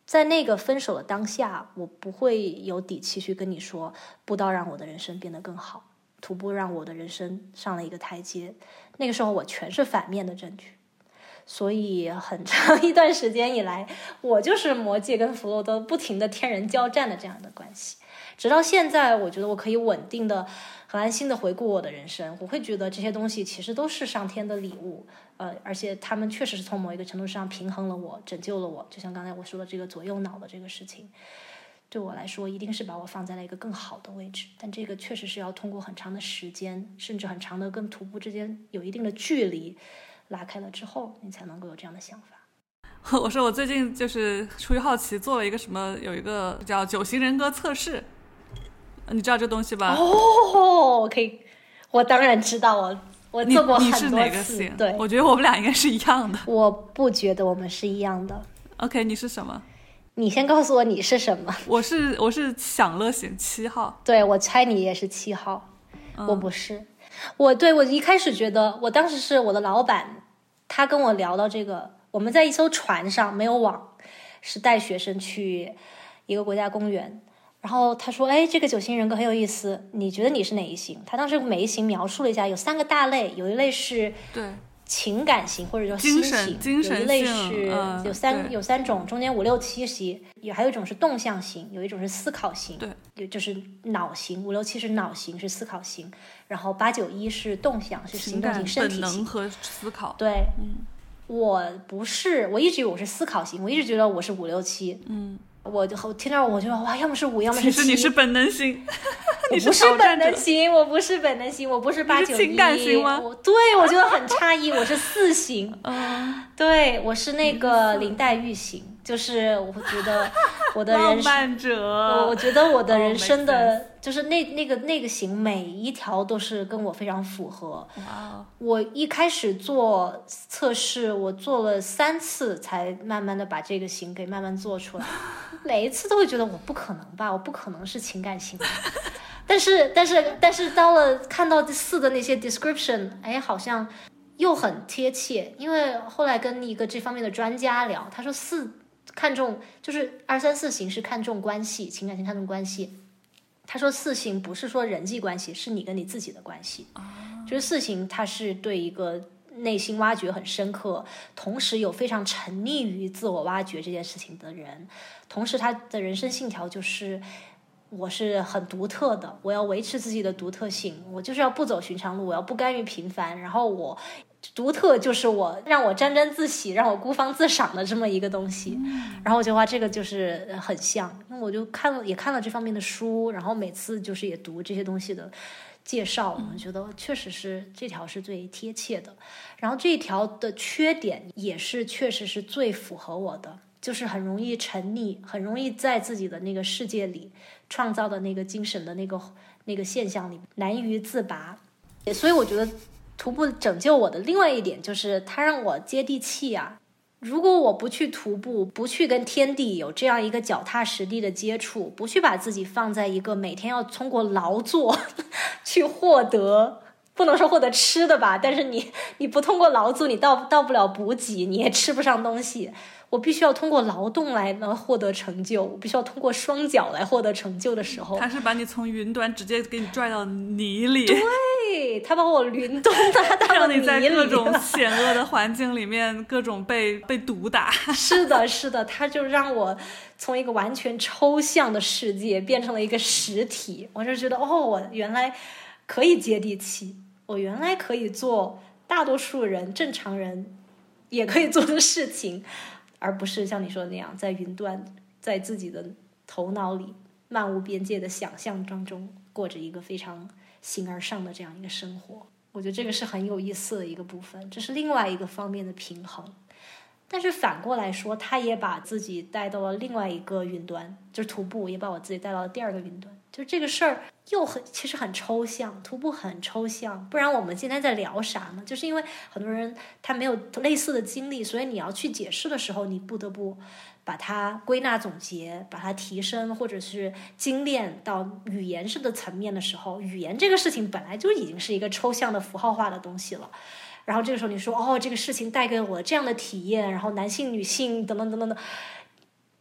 在那个分手的当下，我不会有底气去跟你说步道让我的人生变得更好，徒步让我的人生上了一个台阶。那个时候我全是反面的证据，所以很长一段时间以来，我就是魔戒跟弗罗多不停的天人交战的这样的关系。直到现在，我觉得我可以稳定的很安心的回顾我的人生，我会觉得这些东西其实都是上天的礼物，而且他们确实是从某一个程度上平衡了我，拯救了我。就像刚才我说的这个左右脑的这个事情，对我来说一定是把我放在了一个更好的位置，但这个确实是要通过很长的时间，甚至很长的跟徒步之间有一定的距离拉开了之后，你才能够有这样的想法。 我说我最近就是出于好奇做了一个什么，有一个叫9型人格测试，你知道这东西吧？ 哦，可以，我当然知道，我做过很多次。 你是哪个型？ 对， 我觉得我们俩应该是一样的。 我不觉得我们是一样的。 OK， 你是什么？ 你先告诉我你是什么。 我是享乐型7号。 对，我猜你也是7号，我不是。我一开始觉得，我当时是我的老板，他跟我聊到这个，我们在一艘船上，没有网，是带学生去一个国家公园。然后他说：“哎，这个9型人格很有意思，你觉得你是哪一型？”他当时每一型描述了一下，有3个大类，有一类是情感型或者叫心型，有一类是有三种，中间5、6、7型，还有一种是动向型，有一种是思考型，对，就是脑型，5、6、7是脑型，是思考型，然后8、9、1是动向，是行动型、身体型， 本能和思考。 对，我不是，我一直以为我是思考型，我一直觉得我是5、6、7，我听到我就哇，要么是5，要么是7。 其实你是本能型， 我不是本能型，我不是本能型，我不是8、9、1。 情感型吗？ 对，我觉得很诧异，我是4型。对，我是那个林黛玉型，就是我觉得我的人生， 浪漫者。 我觉得我的人生的就是那个型，每一条都是跟我非常符合。我一开始做测试，我做了3次，才慢慢的把这个型给慢慢做出来。每一次都会觉得我不可能吧，我不可能是情感型。但是到了看到第4的那些 description， 哎，好像又很贴切。因为后来跟一个这方面的专家聊，他说4看重就是2、3、4型是看重关系，情感型看重关系。他说4型不是说人际关系，是你跟你自己的关系。就是4型他是对一个内心挖掘很深刻，同时有非常沉溺于自我挖掘这件事情的人，同时他的人生信条就是我是很独特的，我要维持自己的独特性，我就是要不走寻常路，我要不甘于平凡，然后我独特就是我让我沾沾自喜，让我孤芳自赏的这么一个东西。然后我觉得这个就是很像，那我就看了这方面的书，然后每次就是也读这些东西的介绍，我觉得确实是这条是最贴切的。然后这一条的缺点也是确实是最符合我的，就是很容易沉溺，很容易在自己的那个世界里创造的那个精神的那个现象里难于自拔。所以我觉得徒步拯救我的另外一点就是它让我接地气啊。如果我不去徒步，不去跟天地有这样一个脚踏实地的接触，不去把自己放在一个每天要通过劳作去获得，不能说获得吃的吧，但是你不通过劳作，你到不了补给，你也吃不上东西。我必须要通过劳动来获得成就，我必须要通过双脚来获得成就的时候， 他是把你从云端直接给你拽到泥里。 对，他把我云端拉到了泥里， 让你在各种险恶的环境里面各种被毒打。 是的，他就让我从一个完全抽象的世界变成了一个实体。我就觉得我原来可以接地气，我原来可以做大多数人正常人也可以做的事情，而不是像你说的那样在云端，在自己的头脑里漫无边界的想象当中过着一个非常形而上的这样一个生活。我觉得这个是很有意思的一个部分，这是另外一个方面的平衡。但是反过来说，他也把自己带到了另外一个云端，就是徒步也把我自己带到了第2个云端。就是这个事儿其实很抽象，徒步很抽象，不然我们今天在聊啥呢？就是因为很多人他没有类似的经历，所以你要去解释的时候，你不得不把它归纳总结，把它提升或者是精炼到语言式的层面的时候，语言这个事情本来就已经是一个抽象的符号化的东西了。然后这个时候你说这个事情带给我这样的体验，然后男性女性等等等等的，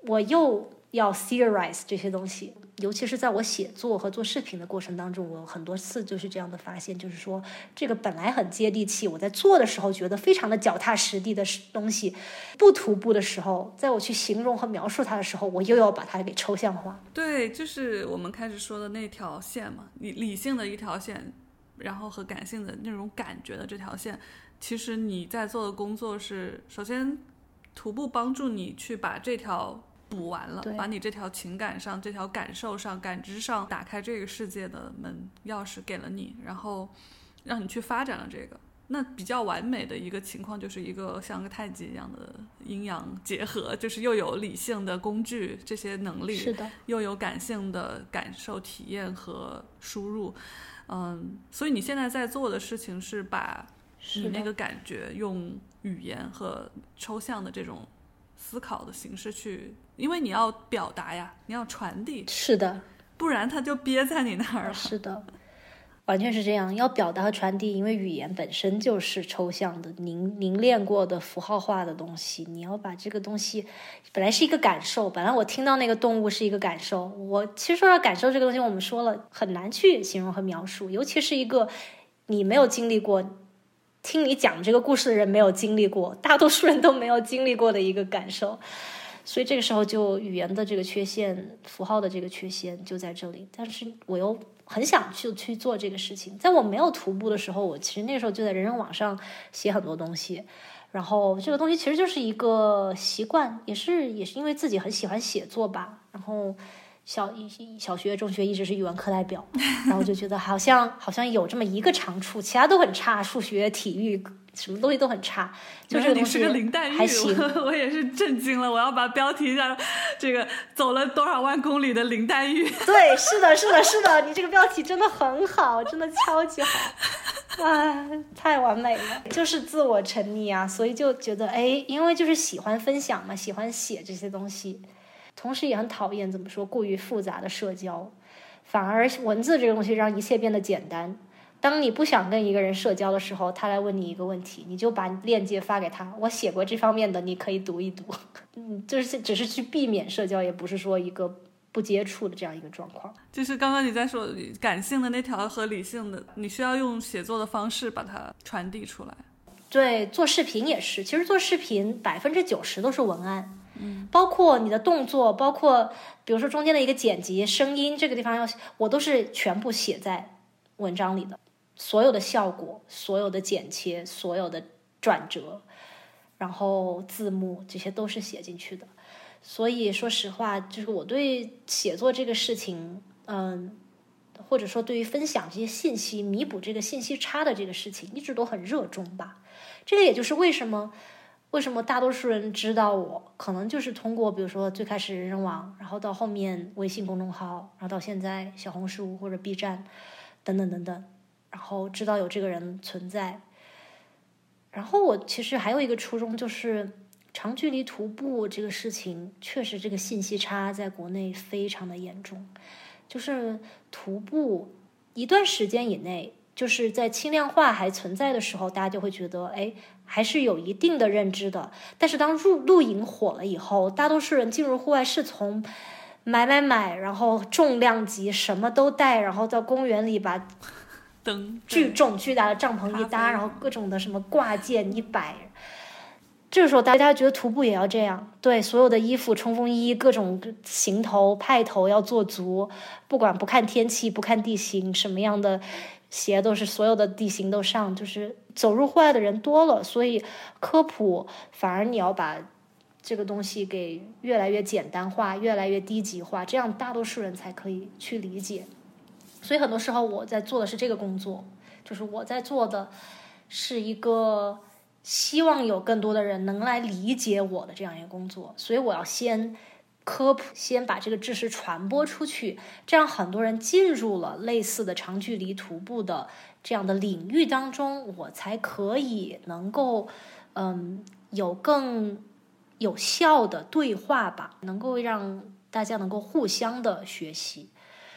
我又要 theorize 这些东西，尤其是在我写作和做视频的过程当中，我很多次就是这样的发现，就是说这个本来很接地气，我在做的时候觉得非常的脚踏实地的东西，不徒步的时候，在我去形容和描述它的时候，我又要把它给抽象化。 对，就是我们开始说的那条线嘛，理性的一条线，然后和感性的那种感觉的这条线，其实你在做的工作是，首先徒步帮助你去把这条补完了，把你这条情感上、这条感受上、感知上打开这个世界的门钥匙给了你，然后让你去发展了这个。那比较完美的一个情况就是一个像个太极一样的阴阳结合，就是又有理性的工具这些能力， 是的， 又有感性的感受体验和输入。所以你现在在做的事情是把你那个感觉用语言和抽象的这种思考的形式去，因为你要表达呀，你要传递， 是的， 不然它就憋在你那儿了。 是的，完全是这样，要表达和传递，因为语言本身就是抽象的、凝练过的符号化的东西。你要把这个东西，本来是一个感受，本来我听到那个动物是一个感受，我其实说到感受这个东西，我们说了很难去形容和描述，尤其是一个你没有经历过，听你讲这个故事的人没有经历过，大多数人都没有经历过的一个感受。所以这个时候就语言的这个缺陷，符号的这个缺陷就在这里。但是我又很想去做这个事情。在我没有徒步的时候，我其实那个时候就在人人网上写很多东西，然后这个东西其实就是一个习惯，也是因为自己很喜欢写作吧。然后小学、中学一直是语文课代表，然后就觉得好像有这么一个长处，其他都很差，数学、体育什么东西都很差，就这个东西你是个林黛玉， 还行。 我也是震惊了，我要把标题上这个走了多少万公里的林黛玉。 对，是的，你这个标题真的很好，真的超级好，太完美了，就是自我沉溺啊，所以就觉得因为就是喜欢分享嘛，喜欢写这些东西，同时也很讨厌怎么说过于复杂的社交，反而文字这个东西让一切变得简单。当你不想跟一个人社交的时候，他来问你一个问题，你就把链接发给他，我写过这方面的，你可以读一读。就是只是去避免社交，也不是说一个不接触的这样一个状况。 就是刚刚你在说感性的那条和理性的，你需要用写作的方式把它传递出来。 对，做视频也是，其实做视频90%都是文案，包括你的动作，包括比如说中间的一个剪辑、声音这个地方我都是全部写在文章里的。所有的效果，所有的剪切，所有的转折，然后字幕，这些都是写进去的。所以说实话，就是我对写作这个事情，或者说对于分享这些信息、弥补这个信息差的这个事情，一直都很热衷吧。这个也就是为什么大多数人知道我，可能就是通过比如说最开始人人网，然后到后面微信公众号，然后到现在小红书或者 B 站等等等等，然后知道有这个人存在。然后我其实还有一个初衷，就是长距离徒步这个事情，确实这个信息差在国内非常的严重。就是徒步一段时间以内，就是在轻量化还存在的时候，大家就会觉得还是有一定的认知的。但是当露营火了以后，大多数人进入户外是从买，然后重量级什么都带，然后到公园里把巨大的帐篷一搭，然后各种的什么挂件一摆，这个时候大家觉得徒步也要这样，对，所有的衣服、冲锋衣、各种行头派头要做足，不管不看天气、不看地形，什么样的鞋都是所有的地形都上，就是走入户外的人多了，所以科普反而你要把这个东西给越来越简单化、越来越低级化，这样大多数人才可以去理解。所以很多时候我在做的是这个工作，就是我在做的是一个希望有更多的人能来理解我的这样一个工作，所以我要先科普，先把这个知识传播出去，这样很多人进入了类似的长距离徒步的这样的领域当中，我才可以能够有更有效的对话吧，能够让大家能够互相的学习。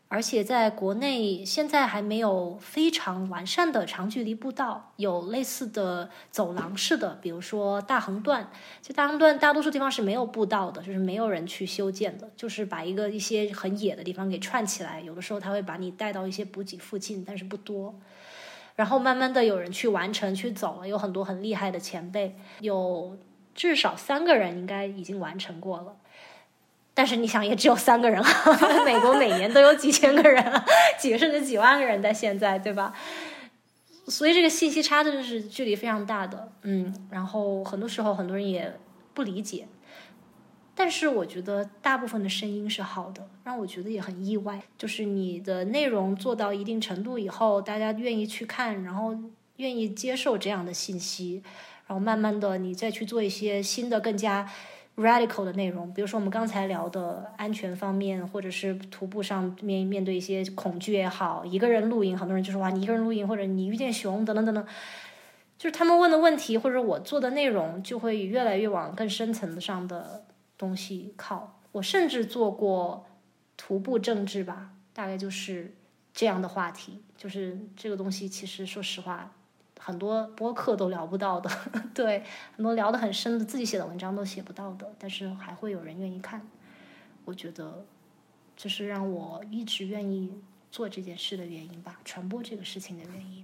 而且在国内现在还没有非常完善的长距离步道，有类似的走廊式的，比如说大横断。其实大横断大多数地方是没有步道的，就是没有人去修建的，就是把一些很野的地方给串起来，有的时候他会把你带到一些补给附近，但是不多。然后慢慢的有人去完成去走了，有很多很厉害的前辈，有至少3个人应该已经完成过了。但是你想也只有3个人美国每年都有几千个人几个甚至几万个人在现在，对吧？所以这个信息差真的是距离非常大的。然后很多时候很多人也不理解，但是我觉得大部分的声音是好的，让我觉得也很意外，就是你的内容做到一定程度以后，大家愿意去看，然后愿意接受这样的信息，然后慢慢的你再去做一些新的更加radical 的内容，比如说我们刚才聊的安全方面，或者是徒步上面对一些恐惧也好，一个人露营，很多人就说哇你一个人露营，或者你遇见熊等等等等，就是他们问的问题或者我做的内容就会越来越往更深层上的东西靠。我甚至做过徒步政治吧，大概就是这样的话题，就是这个东西其实说实话很多播客都聊不到的对，很多聊得很深的自己写的文章都写不到的，但是还会有人愿意看。我觉得这是让我一直愿意做这件事的原因吧，传播这个事情的原因。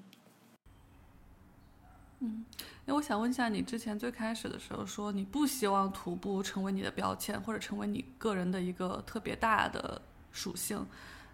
我想问一下，你之前最开始的时候说你不希望徒步成为你的标签，或者成为你个人的一个特别大的属性，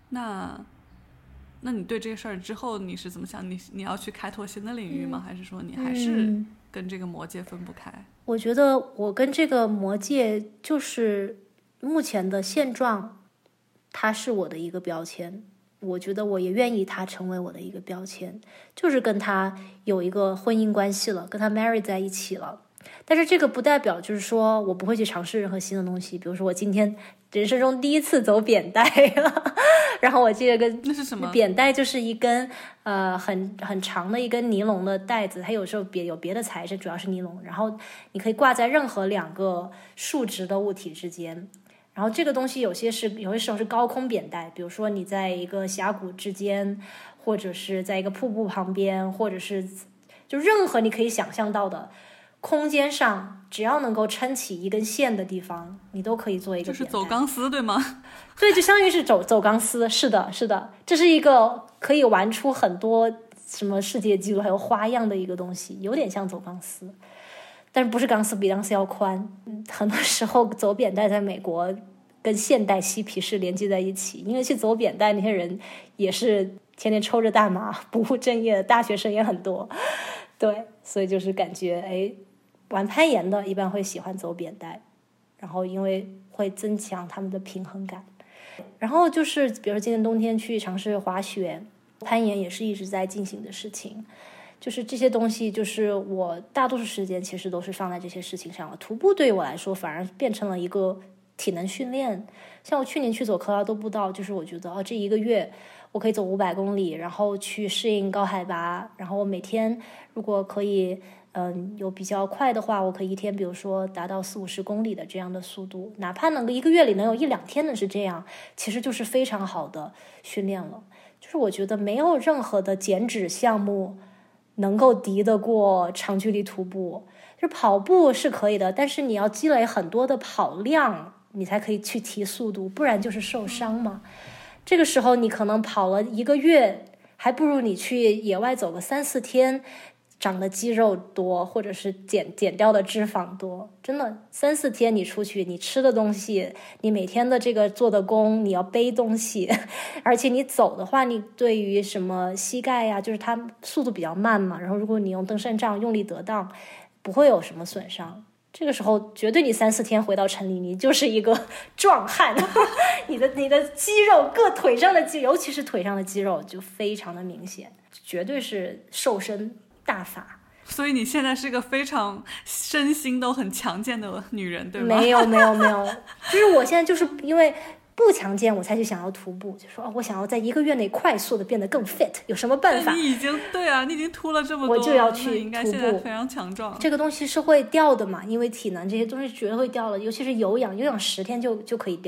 那你对这个事儿之后你是怎么想？你要去开拓新的领域吗？还是说你还是跟这个魔界分不开？ 我觉得我跟这个魔界就是目前的现状，它是我的一个标签，我觉得我也愿意它成为我的一个标签，就是跟他有一个婚姻关系了，跟他 marry 在一起了。但是这个不代表就是说我不会去尝试任何新的东西，比如说我今天人生中第一次走扁带然后我记得那是什么？ 扁带就是一根很长的一根尼龙的带子，它有时候有别的材质，主要是尼龙，然后你可以挂在任何2个竖直的物体之间。然后这个东西有些时候是高空扁带，比如说你在一个峡谷之间，或者是在一个瀑布旁边，或者是就任何你可以想象到的空间上，只要能够撑起一根线的地方，你都可以做一个扁带。 就是走钢丝对吗？ 对，就相当于是走钢丝。是的，是的，这是一个可以玩出很多什么世界纪录还有花样的一个东西，有点像走钢丝，但是不是钢丝，比钢丝要宽。很多时候走扁带在美国跟现代嬉皮士连接在一起，因为去走扁带那些人也是天天抽着大麻不务正业的大学生也很多。对，所以就是感觉玩攀岩的一般会喜欢走扁带，然后因为会增强他们的平衡感。然后就是比如说今年冬天去尝试滑雪，攀岩也是一直在进行的事情。就是这些东西，就是我大多数时间其实都是放在这些事情上了。徒步对于我来说反而变成了一个体能训练。像我去年去走科拉多步道，就是我觉得这1个月我可以走500公里，然后去适应高海拔，然后我每天如果可以有比较快的话，我可以一天比如说达到40-50公里的这样的速度，哪怕能够1个月里能有1-2天的是这样，其实就是非常好的训练了。就是我觉得没有任何的减脂项目能够敌得过长距离徒步。就是跑步是可以的，但是你要积累很多的跑量，你才可以去提速度，不然就是受伤嘛。这个时候你可能跑了1个月，还不如你去野外走个3-4天，长的肌肉多，或者是减掉的脂肪多。真的3-4天你出去，你吃的东西，你每天的这个做的工，你要背东西，而且你走的话，你对于什么膝盖呀，就是它速度比较慢嘛，然后如果你用登山杖用力得当，不会有什么损伤。这个时候绝对你3-4天回到城里，你就是一个壮汉你的肌肉，各腿上的肌肉，尤其是腿上的肌肉就非常的明显，绝对是瘦身大法。 所以你现在是个非常身心都很强健的女人，对吗？ 没有，就是我现在就是因为不强健我才去想要徒步，就说我想要在1个月内快速的变得更 fit， 有什么办法？ 你已经你已经秃了这么多， 我就要去徒步， 应该现在非常强壮。 这个东西是会掉的嘛，因为体能这些东西绝对会掉的，尤其是有氧10天就可以掉，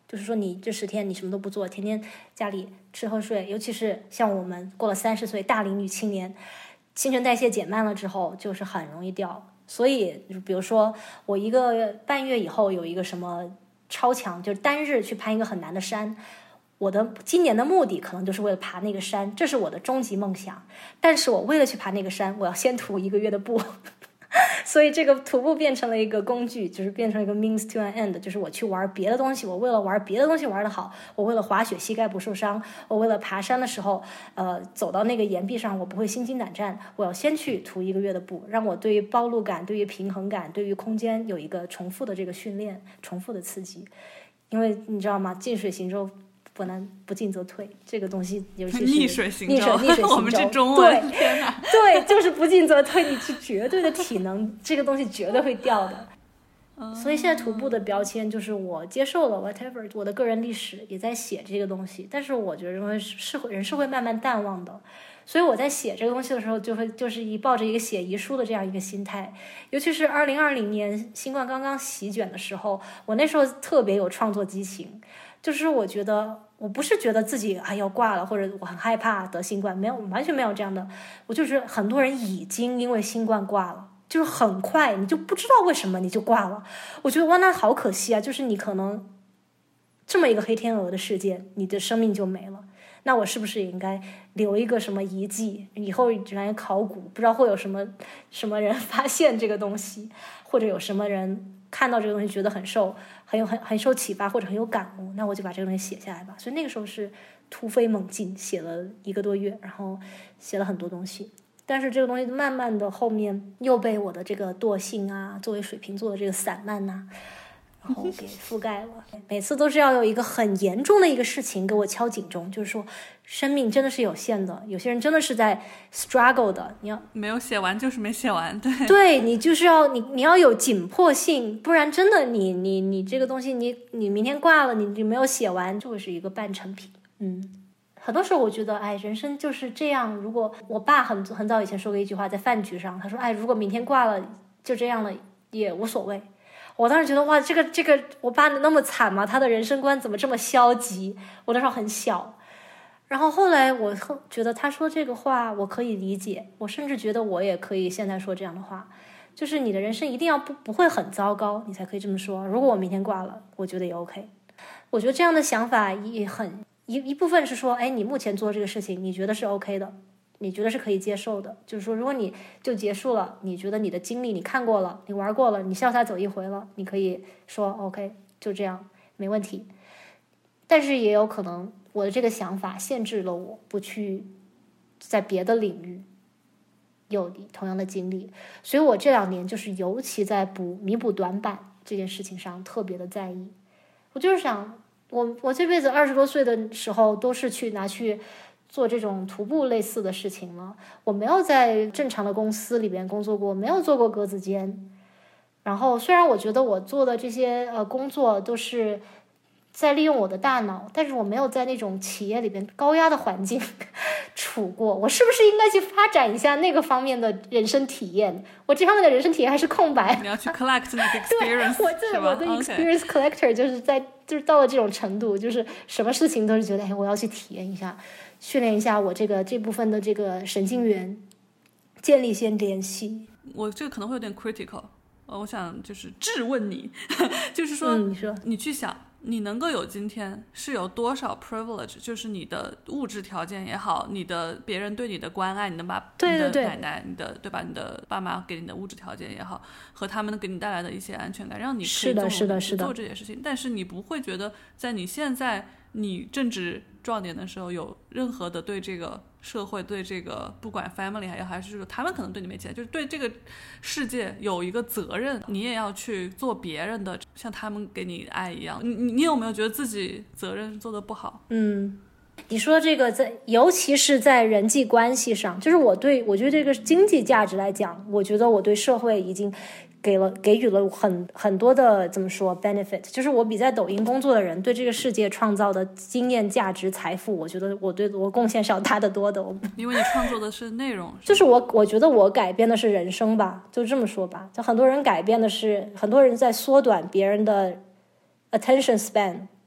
就是说你这10天你什么都不做，天天家里吃喝睡，尤其是像我们过了30岁大龄女青年，新陈代谢减慢了之后就是很容易掉。所以比如说我1个半月以后有一个什么超强，就是单日去攀一个很难的山，我的今年的目的可能就是为了爬那个山，这是我的终极梦想。但是我为了去爬那个山，我要先徒1个月的步所以这个徒步变成了一个工具，就是变成了一个 means to an end， 就是我去玩别的东西，我为了玩别的东西玩得好，我为了滑雪膝盖不受伤，我为了爬山的时候走到那个岩壁上我不会心惊胆战，我要先去徒1个月的步，让我对于暴露感，对于平衡感，对于空间有一个重复的这个训练，重复的刺激。因为你知道吗，近水行舟不能不进则退，这个东西尤其是逆水行舟， 我们这中文，天哪， 对，就是不进则退，你是绝对的体能这个东西绝对会掉的。所以现在徒步的标签就是我接受了 whatever， 我的个人历史也在写这个东西，但是我觉得人是会慢慢淡忘的。所以我在写这个东西的时候就是抱着一个写遗书的这样一个心态。尤其是2020年新冠刚刚席卷的时候，我那时候特别有创作激情，就是我觉得我不是觉得自己要挂了，或者我很害怕得新冠，没有，完全没有这样的。我就是很多人已经因为新冠挂了，就是很快你就不知道为什么你就挂了。我觉得哇，那好可惜啊，就是你可能这么一个黑天鹅的事件，你的生命就没了。那我是不是也应该留一个什么遗迹，以后来考古，不知道会有什么人发现这个东西，或者有什么人看到这个东西觉得很受启发，或者很有感悟，那我就把这个东西写下来吧。所以那个时候是突飞猛进，写了1个多月，然后写了很多东西。但是这个东西慢慢的后面又被我的这个惰性啊，作为水瓶座的这个散漫啊，然后给覆盖了。每次都是要有一个很严重的一个事情给我敲警钟，就是说生命真的是有限的，有些人真的是在 struggle 的，你要没有写完就是没写完。 对，你就是要你要有紧迫性，不然真的你这个东西你明天挂了，你没有写完就会是一个半成品。很多时候我觉得人生就是这样。如果我爸很早以前说过一句话，在饭局上他说如果明天挂了就这样了也无所谓。我当时觉得哇，这个我爸那么惨吗？他的人生观怎么这么消极？我那时候很小，然后后来我觉得他说这个话我可以理解，我甚至觉得我也可以现在说这样的话，就是你的人生一定要不会很糟糕，你才可以这么说。如果我明天挂了，我觉得也 OK。我觉得这样的想法也很一部分是说，你目前做这个事情，你觉得是 OK 的，你觉得是可以接受的，就是说如果你就结束了，你觉得你的经历你看过了，你玩过了，你潇洒走一回了，你可以说 OK 就这样没问题。但是也有可能我的这个想法限制了我不去在别的领域有同样的经历，所以我这2年就是尤其在弥补短板这件事情上特别的在意。我就是想我这辈子20多岁的时候都是拿去做这种徒步类似的事情了，我没有在正常的公司里边工作过，没有做过格子间。然后虽然我觉得我做的这些工作都是在利用我的大脑，但是我没有在那种企业里边高压的环境处过，我是不是应该去发展一下那个方面的人生体验？我这方面的人生体验还是空白。 你要去 collect 那个 experience 对，我的 experience collector 就是到了这种程度，就是什么事情都是觉得我要去体验一下，训练一下我这部分的这个神经元，建立一些联系。 我这个可能会有点 critical， 我想就是质问你就是说，你去想你能够有今天是有多少 privilege， 就是你的物质条件也好，你的别人对你的关爱，你的奶奶，你的对吧，你的爸妈给你的物质条件也好，和他们给你带来的一些安全感，让你可以做这些事情。但是你不会觉得在你现在你正值壮年的时候有任何的对这个社会，对这个不管 family 还是说他们可能对你没钱，就是对这个世界有一个责任，你也要去做别人的像他们给你爱一样。你有没有觉得自己责任做得不好？ 你说这个尤其是在人际关系上，就是我觉得这个经济价值来讲，我觉得我对社会已经给予了很多的怎么说 benefit， 就是我比在抖音工作的人对这个世界创造的经验价值财富，我觉得我对我贡献是要大得多的。 因为你创作的是内容， 就是我觉得我改变的是人生吧，就这么说吧。就很多人改变的是很多人在缩短别人的 attention span，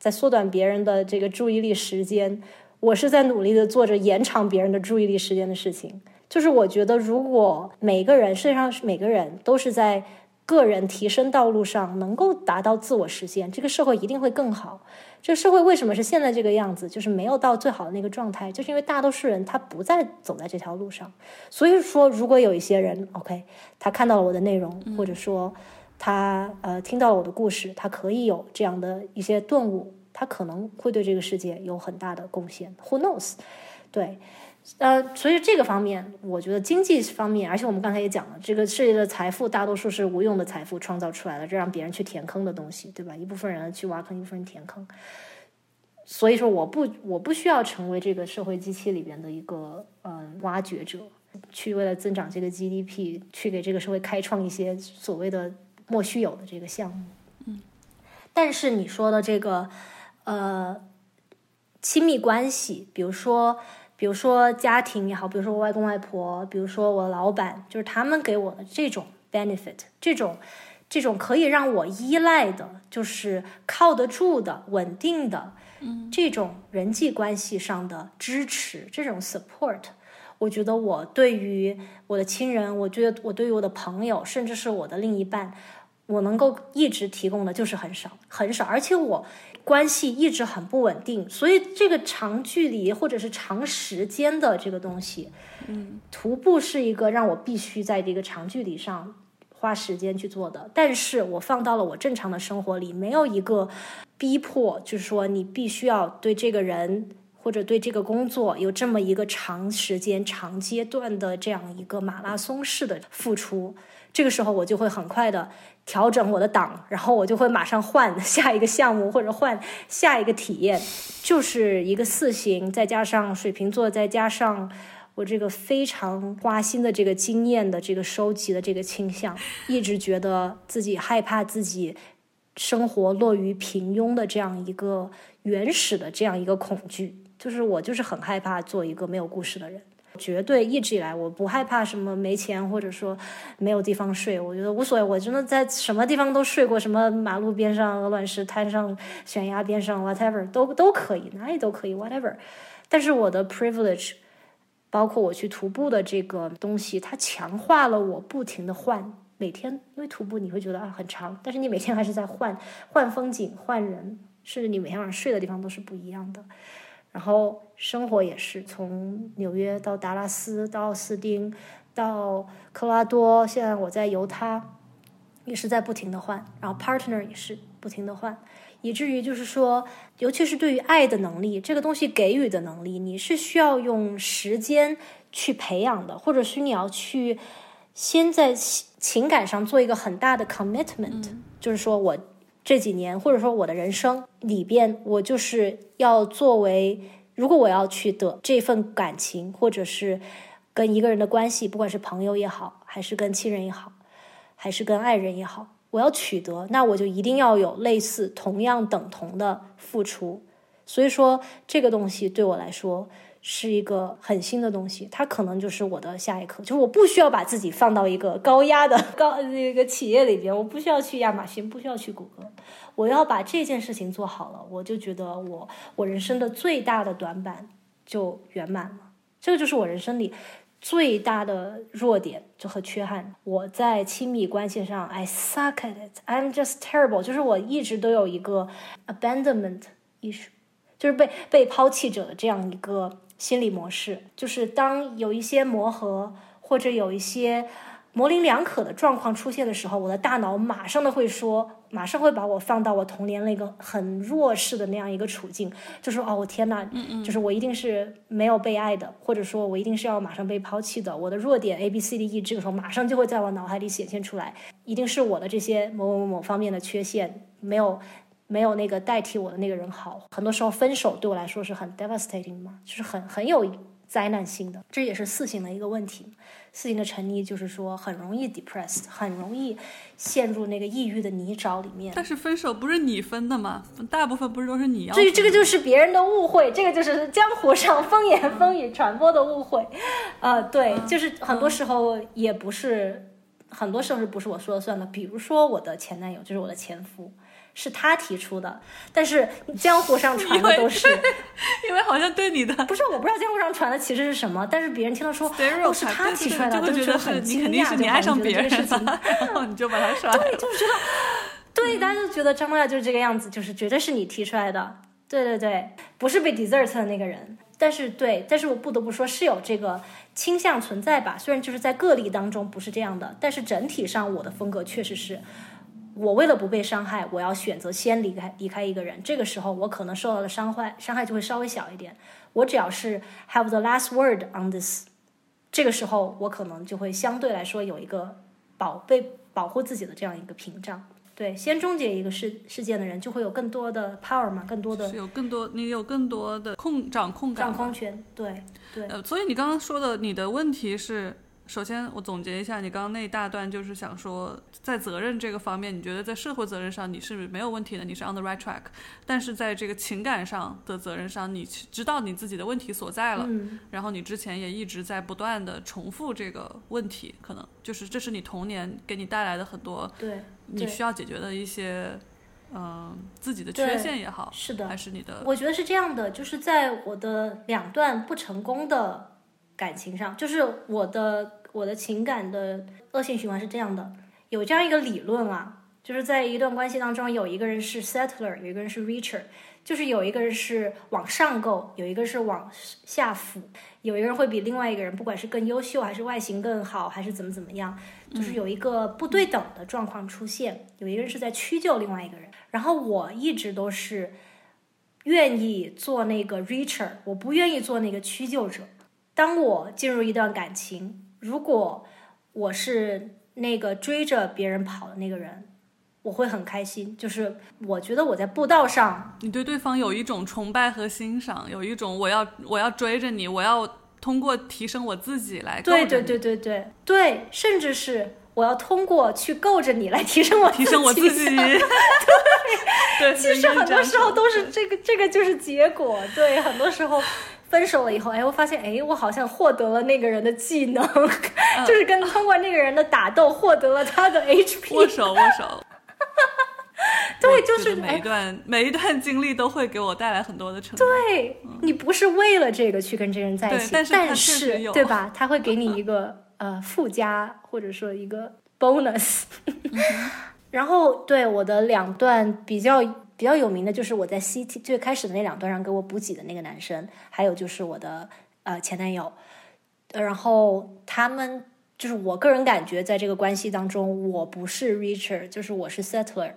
在缩短别人的这个注意力时间，我是在努力的做着延长别人的注意力时间的事情。就是我觉得如果每个人，世界上每个人都是在个人提升道路上能够达到自我实现，这个社会一定会更好。这个社会为什么是现在这个样子，就是没有到最好的那个状态，就是因为大多数人他不再走在这条路上。所以说如果有一些人 OK 他看到了我的内容，或者说他听到了我的故事，他可以有这样的一些顿悟，他可能会对这个世界有很大的贡献 Who knows。 对，所以这个方面我觉得经济方面，而且我们刚才也讲了，这个世界的财富大多数是无用的财富创造出来的，这让别人去填坑的东西，对吧？一部分人去挖坑，一部分人填坑。所以说我不需要成为这个社会机器里边的一个挖掘者，去为了增长这个 GDP 去给这个社会开创一些所谓的莫须有的这个项目。但是你说的这个亲密关系，比如说家庭也好，比如说我外公外婆，比如说我老板，就是他们给我的这种 benefit， 这种可以让我依赖的，就是靠得住的稳定的这种人际关系上的支持，这种 support， 我觉得我对于我的亲人，我觉得我对于我的朋友，甚至是我的另一半，我能够一直提供的就是很少很少，而且我关系一直很不稳定，所以这个长距离或者是长时间的这个东西，徒步是一个让我必须在这个长距离上花时间去做的。但是我放到了我正常的生活里，没有一个逼迫，就是说你必须要对这个人或者对这个工作有这么一个长时间长阶段的这样一个马拉松式的付出。这个时候我就会很快的调整我的档，然后我就会马上换下一个项目或者换下一个体验，就是一个4型再加上水瓶座再加上我这个非常花心的这个经验的这个收集的这个倾向，一直觉得自己害怕自己生活落于平庸的这样一个原始的这样一个恐惧，就是我就是很害怕做一个没有故事的人。绝对一直以来我不害怕什么没钱或者说没有地方睡，我觉得无所谓，我真的在什么地方都睡过，什么马路边上鹅卵石滩上悬崖边上 whatever 都可以，哪里都可以 whatever。 但是我的 privilege 包括我去徒步的这个东西，它强化了我不停的换，每天因为徒步你会觉得很长，但是你每天还是在换风景换人，甚至你每天晚上睡的地方都是不一样的。然后生活也是从纽约到达拉斯到奥斯汀到科罗拉多，现在我在犹他也是在不停的换，然后 partner 也是不停的换，以至于就是说尤其是对于爱的能力，这个东西给予的能力，你是需要用时间去培养的，或者是你要去先在情感上做一个很大的 commitment，就是说我这几年或者说我的人生里边，我就是要作为，如果我要去得这份感情，或者是跟一个人的关系，不管是朋友也好，还是跟亲人也好，还是跟爱人也好，我要取得，那我就一定要有类似同样等同的付出。所以说这个东西对我来说是一个很新的东西，它可能就是我的下一课，就是我不需要把自己放到一个高压的这个企业里边，我不需要去亚马逊，不需要去谷歌，我要把这件事情做好了，我就觉得我人生的最大的短板就圆满了。这个就是我人生里最大的弱点就和缺憾。我在亲密关系上 I suck at it, I'm just terrible， 就是我一直都有一个 abandonment issue， 就是被抛弃者的这样一个心理模式，就是当有一些磨合或者有一些模棱两可的状况出现的时候，我的大脑马上会把我放到我童年那个很弱势的那样一个处境，就说我天哪，就是我一定是没有被爱的，或者说我一定是要马上被抛弃的，我的弱点 ABCDE 这个时候马上就会在我脑海里显现出来，一定是我的这些某方面的缺陷没有那个代替我的那个人好。很多时候分手对我来说是很 devastating 嘛，就是很有灾难性的，这也是4型的一个问题。4型的沉溺就是说很容易 depressed， 很容易陷入那个抑郁的泥沼里面。 但是分手不是你分的吗？大部分不是都是你要分的？ 所以这个就是别人的误会，这个就是江湖上风言风语传播的误会。对，就是很多时候也不是，很多时候不是我说了算的。比如说我的前男友，就是我的前夫， 是他提出的，但是江湖上传的都是因为好像对你的不是，我不知道江湖上传的其实是什么，但是别人听到说是他提出来的， 就会觉得很惊讶， 你肯定是你爱上别人了， 然后你就把他甩了。 对，就是觉得对，大家就觉得张诺亚就是这个样子，就是绝对是你提出来的，对对对，不是被 desert 的那个人。但是我不得不说是有这个倾向存在吧，虽然就是在个例当中不是这样的，但是整体上我的风格确实是，我为了不被伤害，我要选择先离开一个人，这个时候我可能受到的伤害就会稍微小一点，我只要是 have the last word on this， 这个时候我可能就会相对来说有一个保护自己的这样一个屏障。对，先终结一个事件的人就会有更多的 power 嘛，更多的你有更多的掌控权，对对。 所以你刚刚说的你的问题是，首先我总结一下，你刚刚那一大段就是想说，在责任这个方面，你觉得在社会责任上你是没有问题的，你是 on the right track， 但是在这个情感上的责任上，你知道你自己的问题所在了，然后你之前也一直在不断的重复这个问题，可能就是这是你童年给你带来的很多你需要解决的一些自己的缺陷也好， 是的， 还是你的， 我觉得是这样的，就是在我的2段不成功的感情上，就是我的情感的恶性循环是这样的，有这样一个理论啊，就是在一段关系当中，有一个人是 settler， 有一个人是 reacher， 就是有一个人是往上够，有一个是往下俯，有一个人会比另外一个人不管是更优秀还是外形更好还是怎么样，就是有一个不对等的状况出现，有一个人是在屈就另外一个人，然后我一直都是愿意做那个 reacher， 我不愿意做那个屈就者。当我进入一段感情，如果我是那个追着别人跑的那个人，我会很开心，就是我觉得我在步道上， 你对对方有一种崇拜和欣赏，有一种我要追着你，我要通过提升我自己来够着你， 对，甚至是我要通过去够着你来提升我自己对，其实很多时候都是这个就是结果。对，很多时候分手了以后，我发现我好像获得了那个人的技能，就是通过那个人的打斗获得了他的 HP， 握手对，就是每一段经历都会给我带来很多的成长。 对，你不是为了这个去跟这个人在一起，但是对吧？他会给你一个附加或者说一个 bonus。然后对我的2段比较有名的就是我在 CT 最开始的那2段上给我补给的那个男生，还有就是我的前男友，然后他们就是我个人感觉在这个关系当中，我不是 reacher， 就是我是 settler。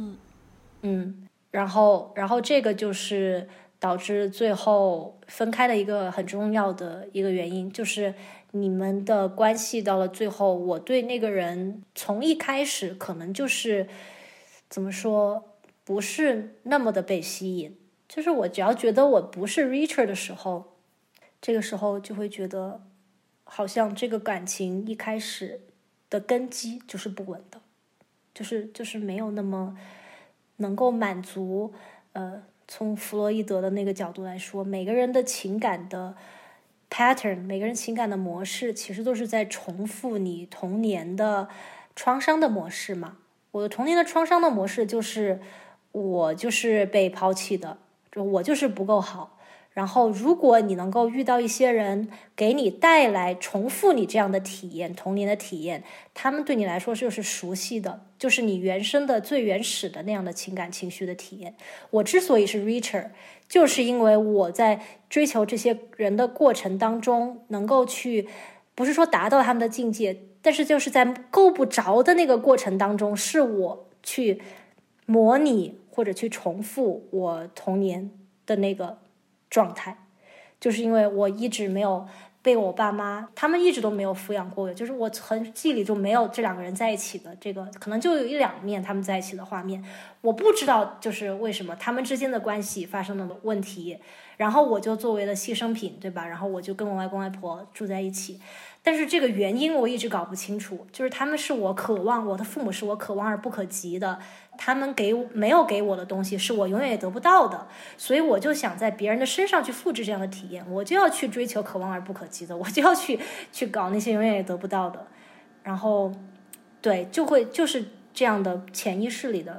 然后这个就是导致最后分开的一个很重要的一个原因，就是你们的关系到了最后，我对那个人从一开始可能就是怎么说，不是那么的被吸引，就是我只要觉得我不是 reacher 的时候，这个时候就会觉得好像这个感情一开始的根基就是不稳的，就是没有那么能够满足从弗洛伊德的那个角度来说，每个人的情感的 pattern， 每个人情感的模式其实都是在重复你童年的创伤的模式嘛。我的童年的创伤的模式就是我就是被抛弃的，我就是不够好，然后如果你能够遇到一些人给你带来重复你这样的体验，童年的体验，他们对你来说就是熟悉的，就是你原生的最原始的那样的情感情绪的体验。我之所以是 reacher， 就是因为我在追求这些人的过程当中能够去，不是说达到他们的境界，但是就是在够不着的那个过程当中，是我去模拟或者去重复我童年的那个状态。就是因为我一直没有被我爸妈，他们一直都没有抚养过我，就是我记忆里就没有这2个人在一起的这个，可能就有1-2面他们在一起的画面，我不知道就是为什么他们之间的关系发生了问题，然后我就作为了牺牲品，对吧？然后我就跟我外公外婆住在一起，但是这个原因我一直搞不清楚，就是他们是我我的父母是我可望而不可及的，他们没有给我的东西是我永远也得不到的，所以我就想在别人的身上去复制这样的体验，我就要去追求可望而不可及的，我就要去搞那些永远也得不到的，然后对就是这样的潜意识里的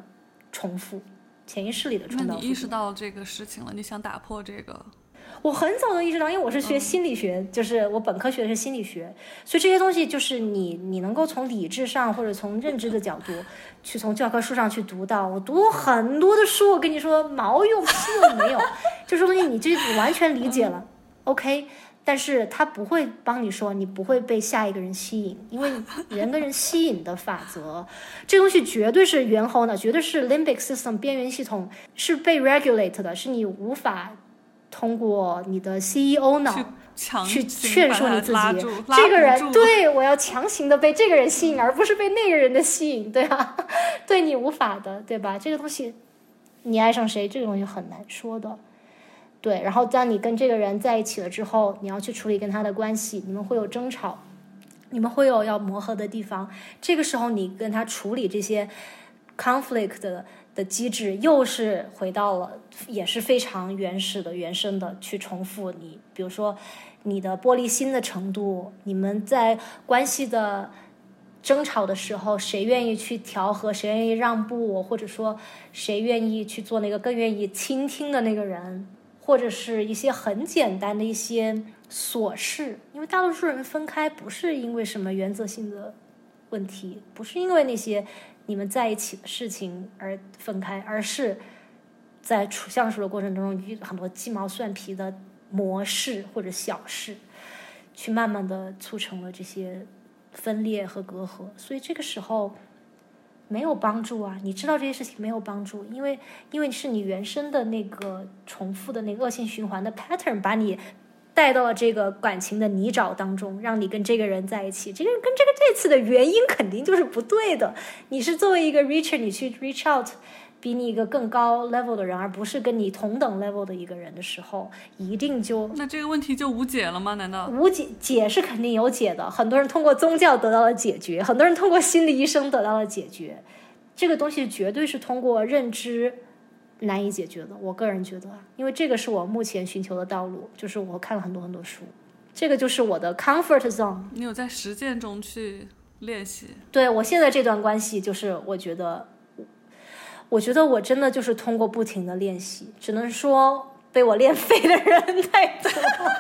重复，潜意识里的重蹈覆辙。 那你意识到这个事情了，你想打破这个？ 我很早就意识到，因为我是学心理学，就是我本科学的是心理学，所以这些东西就是你能够从理智上或者从认知的角度去从教科书上去读到。我读过很多的书，我跟你说毛用屁用没有，就这东西你完全理解了，OK， 但是它不会帮你说你不会被下一个人吸引，因为人跟人吸引的法则，这东西绝对是猿猴脑，绝对是 limbic system 边缘系统是被 regulate 的，是你无法通过你的 CEO 脑去劝说你自己，这个人对我要强行的被这个人吸引，而不是被那个人的吸引，对吧？对你无法的，对吧？这个东西你爱上谁，这个东西很难说的。对，然后当你跟这个人在一起了之后，你要去处理跟他的关系，你们会有争吵，你们会有要磨合的地方，这个时候你跟他处理这些 conflict 的机制又是回到了也是非常原始的原生的去重复你，比如说你的玻璃心的程度，你们在关系的争吵的时候谁愿意去调和，谁愿意让步，或者说谁愿意去做那个更愿意倾听的那个人，或者是一些很简单的一些琐事，因为大多数人分开不是因为什么原则性的问题，不是因为那些你们在一起的事情而分开，而是在相处的过程中遇很多鸡毛蒜皮的模式或者小事，去慢慢的促成了这些分裂和隔阂。所以这个时候没有帮助啊，你知道这些事情没有帮助，因为是你原生的那个重复的那个恶性循环的 pattern 把你带到了这个感情的泥沼当中，让你跟这个人在一起，这个人跟这次的原因肯定就是不对的。你是作为一个 reacher 你去 reach out 比你一个更高 level 的人，而不是跟你同等 level 的一个人的时候，一定就那这个问题就无解了吗？难道无解是肯定有解的，很多人通过宗教得到了解决，很多人通过心理医生得到了解决，这个东西绝对是通过认知难以解决的，我个人觉得，因为这个是我目前寻求的道路，就是我看了很多很多书，这个就是我的 comfort zone。 你有在实践中去练习？ 对，我现在这段关系就是我觉得我真的就是通过不停的练习，只能说被我练废的人太多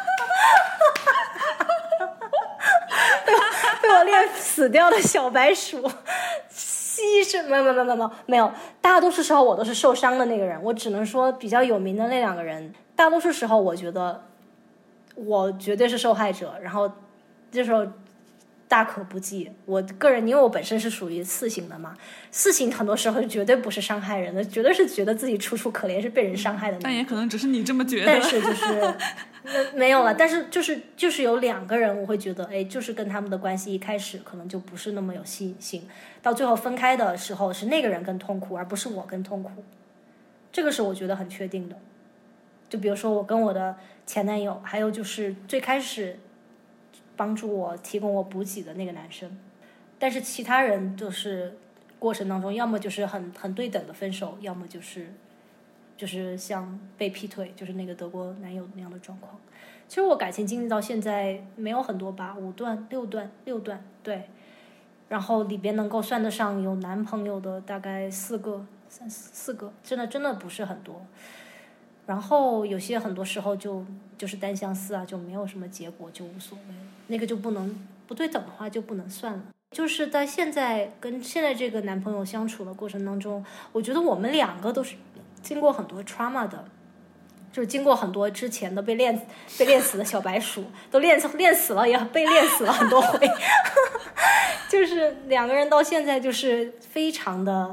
被我练死掉的小白鼠牺牲，没有，大多数时候我都是受伤的那个人。我只能说比较有名的那两个人，大多数时候我觉得我绝对是受害者，然后这时候大可不计。我个人因为我本身是属于4型的嘛，4型很多时候绝对不是伤害人的，绝对是觉得自己楚楚可怜，是被人伤害的那。 但也可能只是你这么觉得。 但是就是没有了，但是就是有2个人，我会觉得哎，就是跟他们的关系一开始可能就不是那么有吸引性，到最后分开的时候是那个人更痛苦，而不是我更痛苦，这个是我觉得很确定的。就比如说我跟我的前男友，还有就是最开始帮助我提供我补给的那个男生，但是其他人就是过程当中要么就是很对等的分手，要么就是像被劈腿，就是那个德国男友那样的状况。其实我感情经历到现在没有很多吧，5段6段对，然后里边能够算得上有男朋友的大概4个3-4个，真的不是很多。然后有些很多时候就是单相思啊，就没有什么结果，就无所谓，那个就不对等的话就不能算了。就是在现在跟现在这个男朋友相处的过程当中，我觉得我们2个都是经过很多 trauma 的，就是经过很多之前的被练死的小白鼠，都练死了，也被练死了很多回就是2个人到现在就是非常的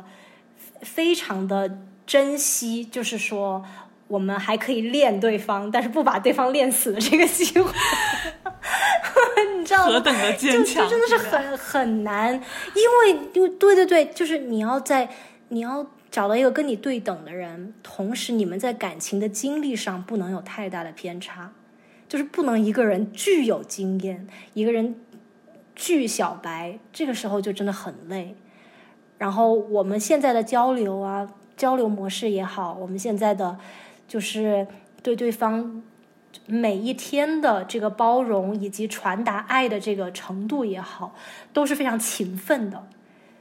珍惜，就是说我们还可以练对方，但是不把对方练死的这个机会你知道吗？ 何等的坚强， 就真的是很难，因为对，就是你要找到一个跟你对等的人，同时你们在感情的经历上不能有太大的偏差，就是不能一个人巨有经验，一个人巨小白，这个时候就真的很累。然后我们现在的交流模式也好，我们现在的就是对对方每一天的这个包容以及传达爱的这个程度也好，都是非常勤奋的。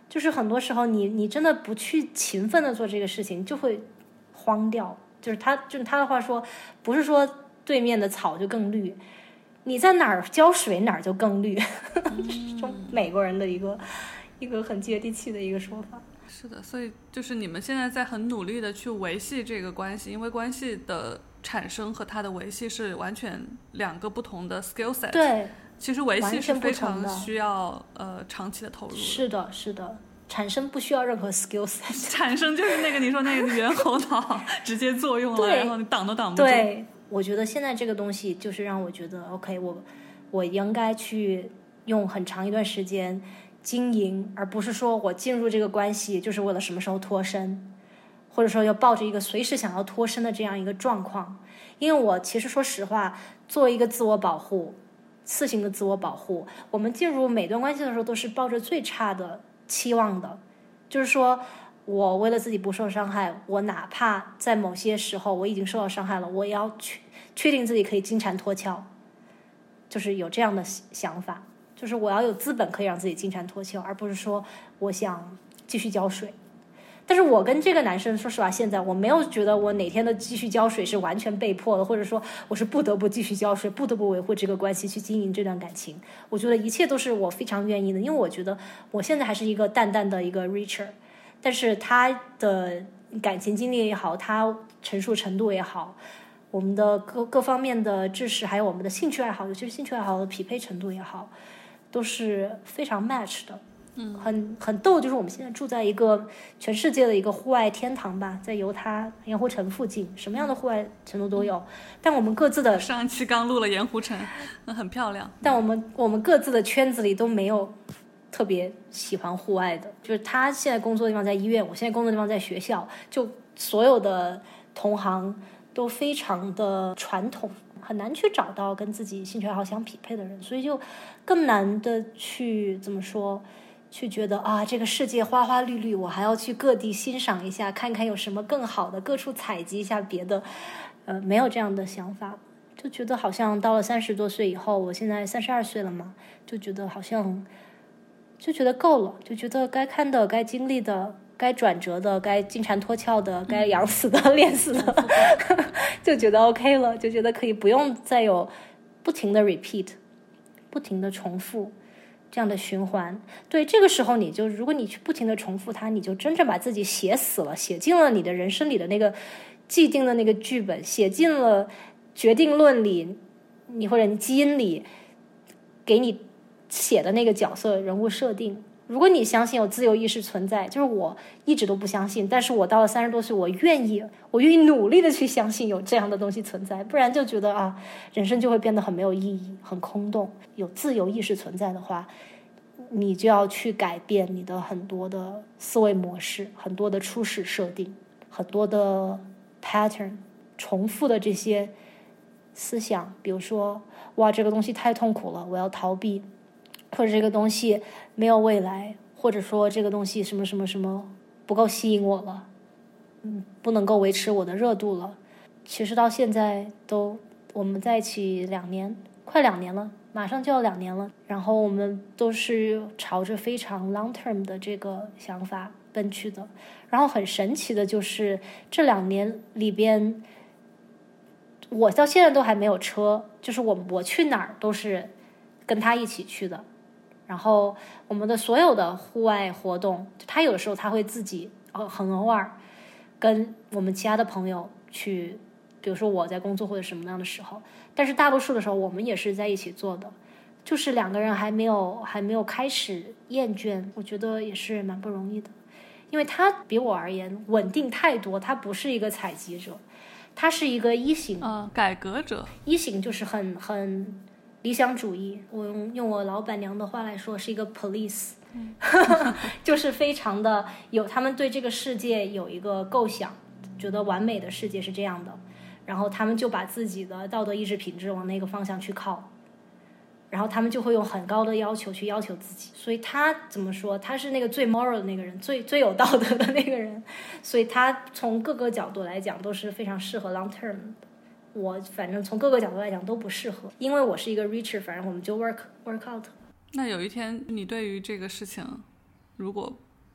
就是很多时候你真的不去勤奋的做这个事情，就会荒掉。就是他的话说，不是说对面的草就更绿，你在哪儿浇水哪儿就更绿。这种美国人的一个很接地气的一个说法。 是的，所以就是你们现在在很努力的去维系这个关系，因为关系的产生和它的维系是完全两个不同的 skill set。 对， 其实维系是非常需要长期的投入的。 是的，是的。产生不需要任何 skill set， 产生就是那个你说那个猿猴脑直接作用了，然后你挡都挡不住。 对，我觉得现在这个东西就是让我觉得 OK， 我应该去用很长一段时间经营，而不是说我进入这个关系就是为了什么时候脱身，或者说要抱着一个随时想要脱身的这样一个状况。因为我其实说实话，作为一个自我保护，次性的自我保护，我们进入每段关系的时候都是抱着最差的期望的，就是说我为了自己不受伤害，我哪怕在某些时候我已经受到伤害了，我也要确定自己可以金蝉脱壳，就是有这样的想法，就是我要有资本可以让自己金蝉脱壳，而不是说我想继续浇水。但是我跟这个男生说实话，现在我没有觉得我哪天的继续浇水是完全被迫的，或者说我是不得不继续浇水，不得不维护这个关系去经营这段感情。我觉得一切都是我非常愿意的，因为我觉得我现在还是一个淡淡的一个 reacher， 但是他的感情经历也好，他成熟程度也好，我们的各方面的知识，还有我们的兴趣爱好，尤其是兴趣爱好的匹配程度也好，都是非常 match 的。很逗，就是我们现在住在一个全世界的一个户外天堂吧，在犹他盐湖城附近，什么样的户外程度都有。但我们各自的上一期刚录了盐湖城，很漂亮。 但我们各自的圈子里都没有特别喜欢户外的，就是他现在工作的地方在医院，我现在工作的地方在学校，就所有的同行都非常的传统，很难去找到跟自己兴趣爱好相匹配的人，所以就更难的去怎么说，去觉得啊，这个世界花花绿绿，我还要去各地欣赏一下，看看有什么更好的，各处采集一下别的，没有这样的想法，就觉得好像到了30多岁以后，我现在32岁了嘛，就觉得好像就觉得够了，就觉得该看的、该经历的、该转折的、该金蝉脱壳的、该养死的、练死的，就觉得 OK 了，就觉得可以不用再有不停的 repeat， 不停的重复。这样的循环，对，这个时候你就，如果你去不停的重复它，你就真正把自己写死了，写进了你的人生里的那个既定的那个剧本，写进了决定论里，你或者你基因里给你写的那个角色人物设定。如果你相信有自由意识存在，就是我一直都不相信，但是我到了30多岁，我愿意努力的去相信有这样的东西存在，不然就觉得啊，人生就会变得很没有意义，很空洞。有自由意识存在的话，你就要去改变你的很多的思维模式，很多的初始设定，很多的 pattern， 重复的这些思想，比如说哇，这个东西太痛苦了，我要逃避，或者这个东西没有未来，或者说这个东西什么什么什么不够吸引我了，不能够维持我的热度了。其实到现在都我们在一起2年，快2年了，马上就要2年了，然后我们都是朝着非常 long term 的这个想法奔去的。然后很神奇的就是这2年里边，我到现在都还没有车，就是我去哪儿都是跟他一起去的。然后我们的所有的户外活动，他有的时候他会自己很偶尔跟我们其他的朋友去，比如说我在工作或者什么样的时候，但是大多数的时候我们也是在一起做的，就是2个人还没有开始厌倦，我觉得也是蛮不容易的。因为他比我而言稳定太多，他不是一个采集者，他是一个一型改革者。 一型就是很理想主义，我用我老板娘的话来说是一个 police，就是非常的他们对这个世界有一个构想，觉得完美的世界是这样的，然后他们就把自己的道德意识品质往那个方向去靠，然后他们就会用很高的要求去要求自己。所以他怎么说，他是那个最 moral 的那个人，最有道德的那个人，所以他从各个角度来讲都是非常适合 long term 的。我反正从各个角度来讲都不适合，因为我是一个 reacher， 反正我们就 work out。 那有一天你对于这个事情如果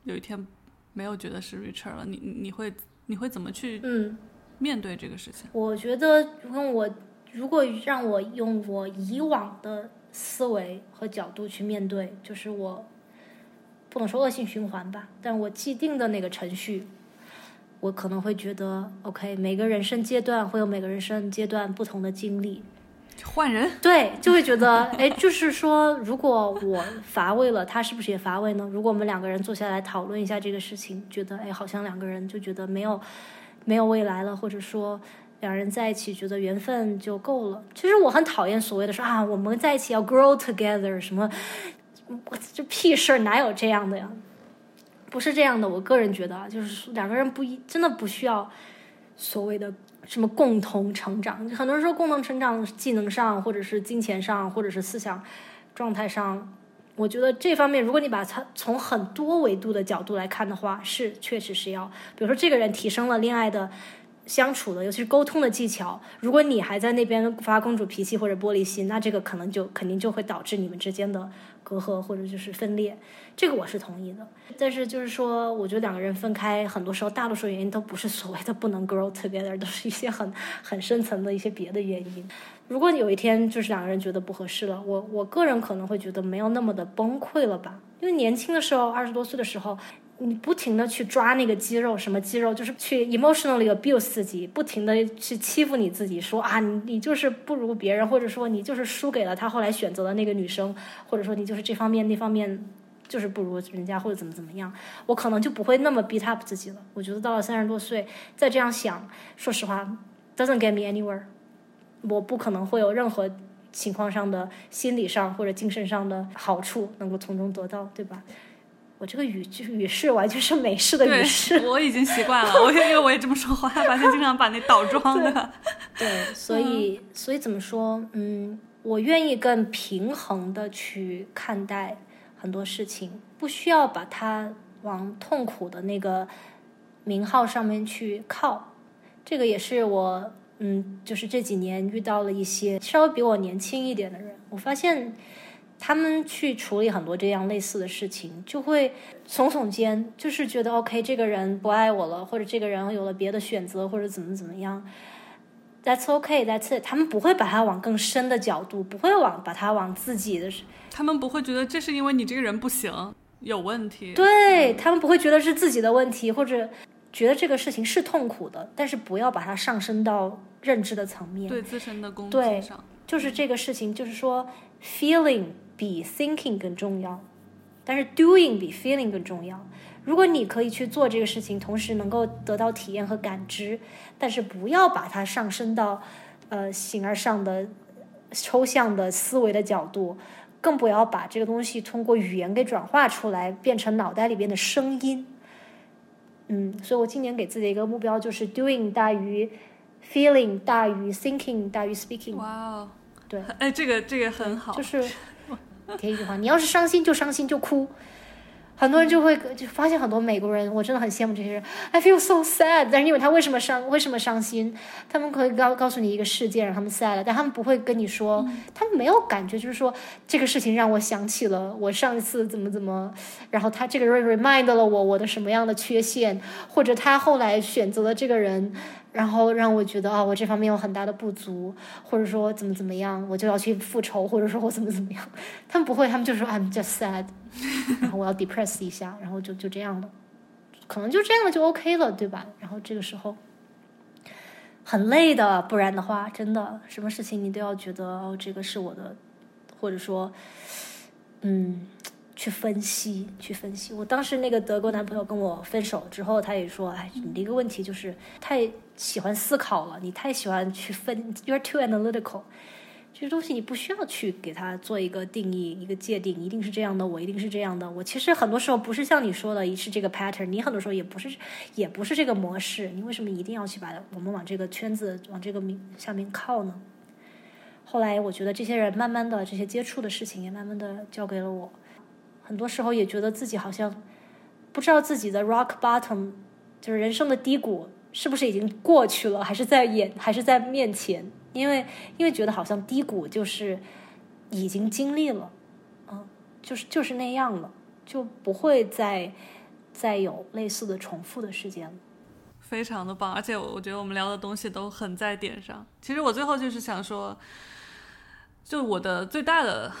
有一天没有觉得是 Richard 了，你会怎么去面对这个事情？ 我觉得如果让我用我以往的思维和角度去面对，就是我不能说恶性循环吧，但我既定的那个程序，我可能会觉得 OK， 每个人生阶段会有每个人生阶段不同的经历， 换人， 对，就会觉得哎，就是说如果我乏味了，他是不是也乏味呢？如果我们两个人坐下来讨论一下这个事情，觉得哎，好像两个人就觉得没有未来了，或者说两人在一起觉得缘分就够了。其实我很讨厌所谓的说啊，我们在一起要 grow together 什么，这屁事儿，哪有这样的呀？不是这样的，我个人觉得啊，就是两个人真的不需要所谓的什么共同成长。很多人说共同成长，技能上，或者是金钱上，或者是思想状态上，我觉得这方面，如果你把它从很多维度的角度来看的话，确实是要，比如说这个人提升了恋爱的相处的，尤其是沟通的技巧，如果你还在那边发公主脾气或者玻璃心，那这个肯定就会导致你们之间的隔阂或者就是分裂，这个我是同意的。但是就是说，我觉得两个人分开，很多时候大多数原因都不是所谓的不能 grow together， 都是一些很深层的一些别的原因。如果有一天就是两个人觉得不合适了，我个人可能会觉得没有那么的崩溃了吧，因为年轻的时候，20多岁的时候，你不停的去抓那个肌肉，什么肌肉，就是去 emotionally abuse 自己，不停的去欺负你自己，说啊你就是不如别人，或者说你就是输给了他后来选择的那个女生，或者说你就是这方面那方面就是不如人家，或者怎么样，我可能就不会那么 beat up 自己了。我觉得到了30多岁再这样想，说实话 doesn't get me anywhere， 我不可能会有任何情况上的心理上或者精神上的好处能够从中得到，对吧？我这个语式完全是美式的语式， 我已经习惯了。因为我也这么说话，发现经常把那倒装的。 对，所以怎么说？我愿意更平衡的去看待很多事情，不需要把它往痛苦的那个名号上面去靠。这个也是我就是这几年遇到了一些稍微比我年轻一点的人，我发现他们去处理很多这样类似的事情，就会耸耸肩，就是觉得 OK， 这个人不爱我了，或者这个人有了别的选择，或者怎么样。That's okay, that's it。他们不会把它往更深的角度，不会把它往自己的。 他们不会觉得这是因为你这个人不行，有问题。 对，他们不会觉得是自己的问题，或者觉得这个事情是痛苦的，但是不要把它上升到认知的层面， 对自身的攻击上。 对，就是这个事情，就是说 feeling 比 thinking 更重要，但是 doing 比 feeling 更重要。如果你可以去做这个事情，同时能够得到体验和感知，但是不要把它上升到形而上的抽象的思维的角度，更不要把这个东西通过语言给转化出来，变成脑袋里边的声音。所以我今年给自己的一个目标就是 doing 大于 feeling 大于 thinking 大于 speaking。 哇哦， 对， 哎，这个很好， 就是给一句话，你要是伤心就伤心就哭。很多人就发现很多美国人，我真的很羡慕这些人。I feel so sad， 但是因为他为什么伤心，他们可以告诉你一个事件让他们 sad， 但他们不会跟你说，他们没有感觉，就是说这个事情让我想起了我上一次怎么，然后他这个人 remind 了我的什么样的缺陷，或者他后来选择了这个人，然后让我觉得我这方面有很大的不足，或者说怎么样，我就要去复仇，或者说我怎么样。他们不会，他们就说 I'm just sad， 然后我要 depress 一下，然后就这样了，可能就这样了就 OK 了，对吧？然后这个时候很累的，不然的话真的什么事情你都要觉得这个是我的，或者说去分析。我当时那个德国男朋友跟我分手之后，他也说你的一个问题就是太喜欢思考了，你太喜欢去分 you're too analytical， 这些东西你不需要去给它做一个定义一个界定，一定是这样的，我一定是这样的。我其实很多时候不是像你说的是这个 pattern， 你很多时候也不是这个模式，你为什么一定要去把我们往这个圈子往这个下面靠呢？后来我觉得这些人慢慢的这些接触的事情也慢慢的交给了我，很多时候也觉得自己好像不知道自己的 rock bottom， 就是人生的低谷是不是已经过去了，还是在面前，因为觉得好像低谷就是已经经历了，就是那样了，就不会再再有类似的重复的事件了。 非常的棒，而且我觉得我们聊的东西都很在点上。其实我最后就是想说，就我的最大的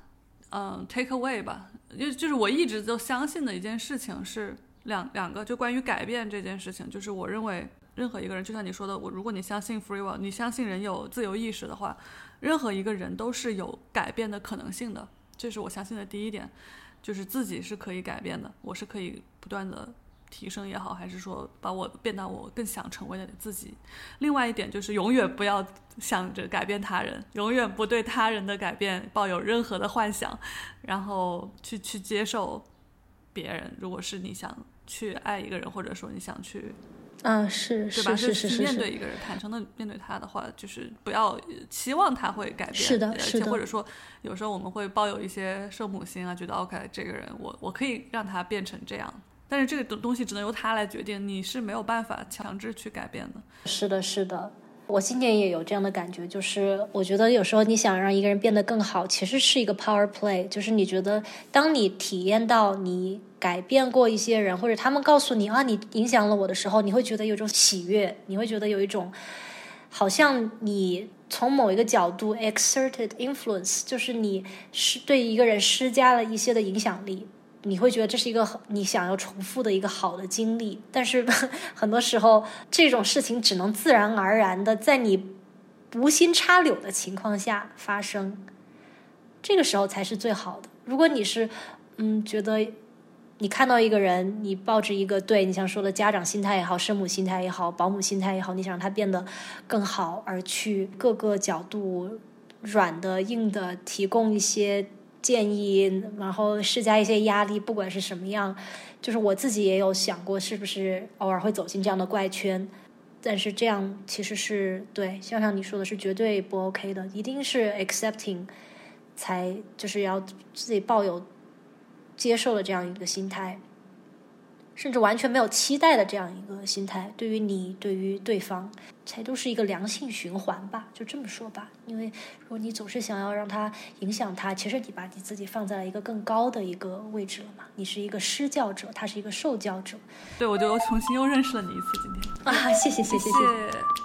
take away 吧，就是我一直都相信的一件事情是两个，就关于改变这件事情，就是我认为任何一个人，就像你说的，如果你相信 free will， 你相信人有自由意识的话，任何一个人都是有改变的可能性的，这是我相信的第一点，就是自己是可以改变的，我是可以不断的提升也好，还是说把我变到我更想成为的自己。另外一点就是永远不要想着改变他人，永远不对他人的改变抱有任何的幻想，然后去接受别人。如果是你想去爱一个人，或者说你想去是面对一个人，坦诚的面对他的话，就是不要期望他会改变。 是的， 或者说有时候我们会抱有一些圣母心啊，觉得 OK 这个人我可以让他变成这样，但是这个东西只能由他来决定，你是没有办法强制去改变的。 是的，我今年也有这样的感觉，就是我觉得有时候你想让一个人变得更好，其实是一个 power play， 就是你觉得当你体验到你改变过一些人，或者他们告诉你你影响了我的时候，你会觉得有一种喜悦，你会觉得有一种好像你从某一个角度 exerted influence， 就是你是对一个人施加了一些的影响力，你会觉得这是一个你想要重复的一个好的经历。但是很多时候这种事情只能自然而然的在你无心插柳的情况下发生，这个时候才是最好的。如果你是觉得你看到一个人，你抱着一个对你想说的家长心态也好，生母心态也好，保姆心态也好，你想让他变得更好，而去各个角度软的硬的提供一些建议，然后施加一些压力，不管是什么样，就是我自己也有想过是不是偶尔会走进这样的怪圈，但是这样其实是对，像你说的是绝对不 OK 的，一定是 accepting 才就是要自己抱有接受了这样一个心态，甚至完全没有期待的这样一个心态，对于你对于对方才都是一个良性循环吧，就这么说吧。因为如果你总是想要让他影响他，其实你把你自己放在了一个更高的一个位置了嘛，你是一个施教者，他是一个受教者。 对，我觉得我重新又认识了你一次今天谢谢。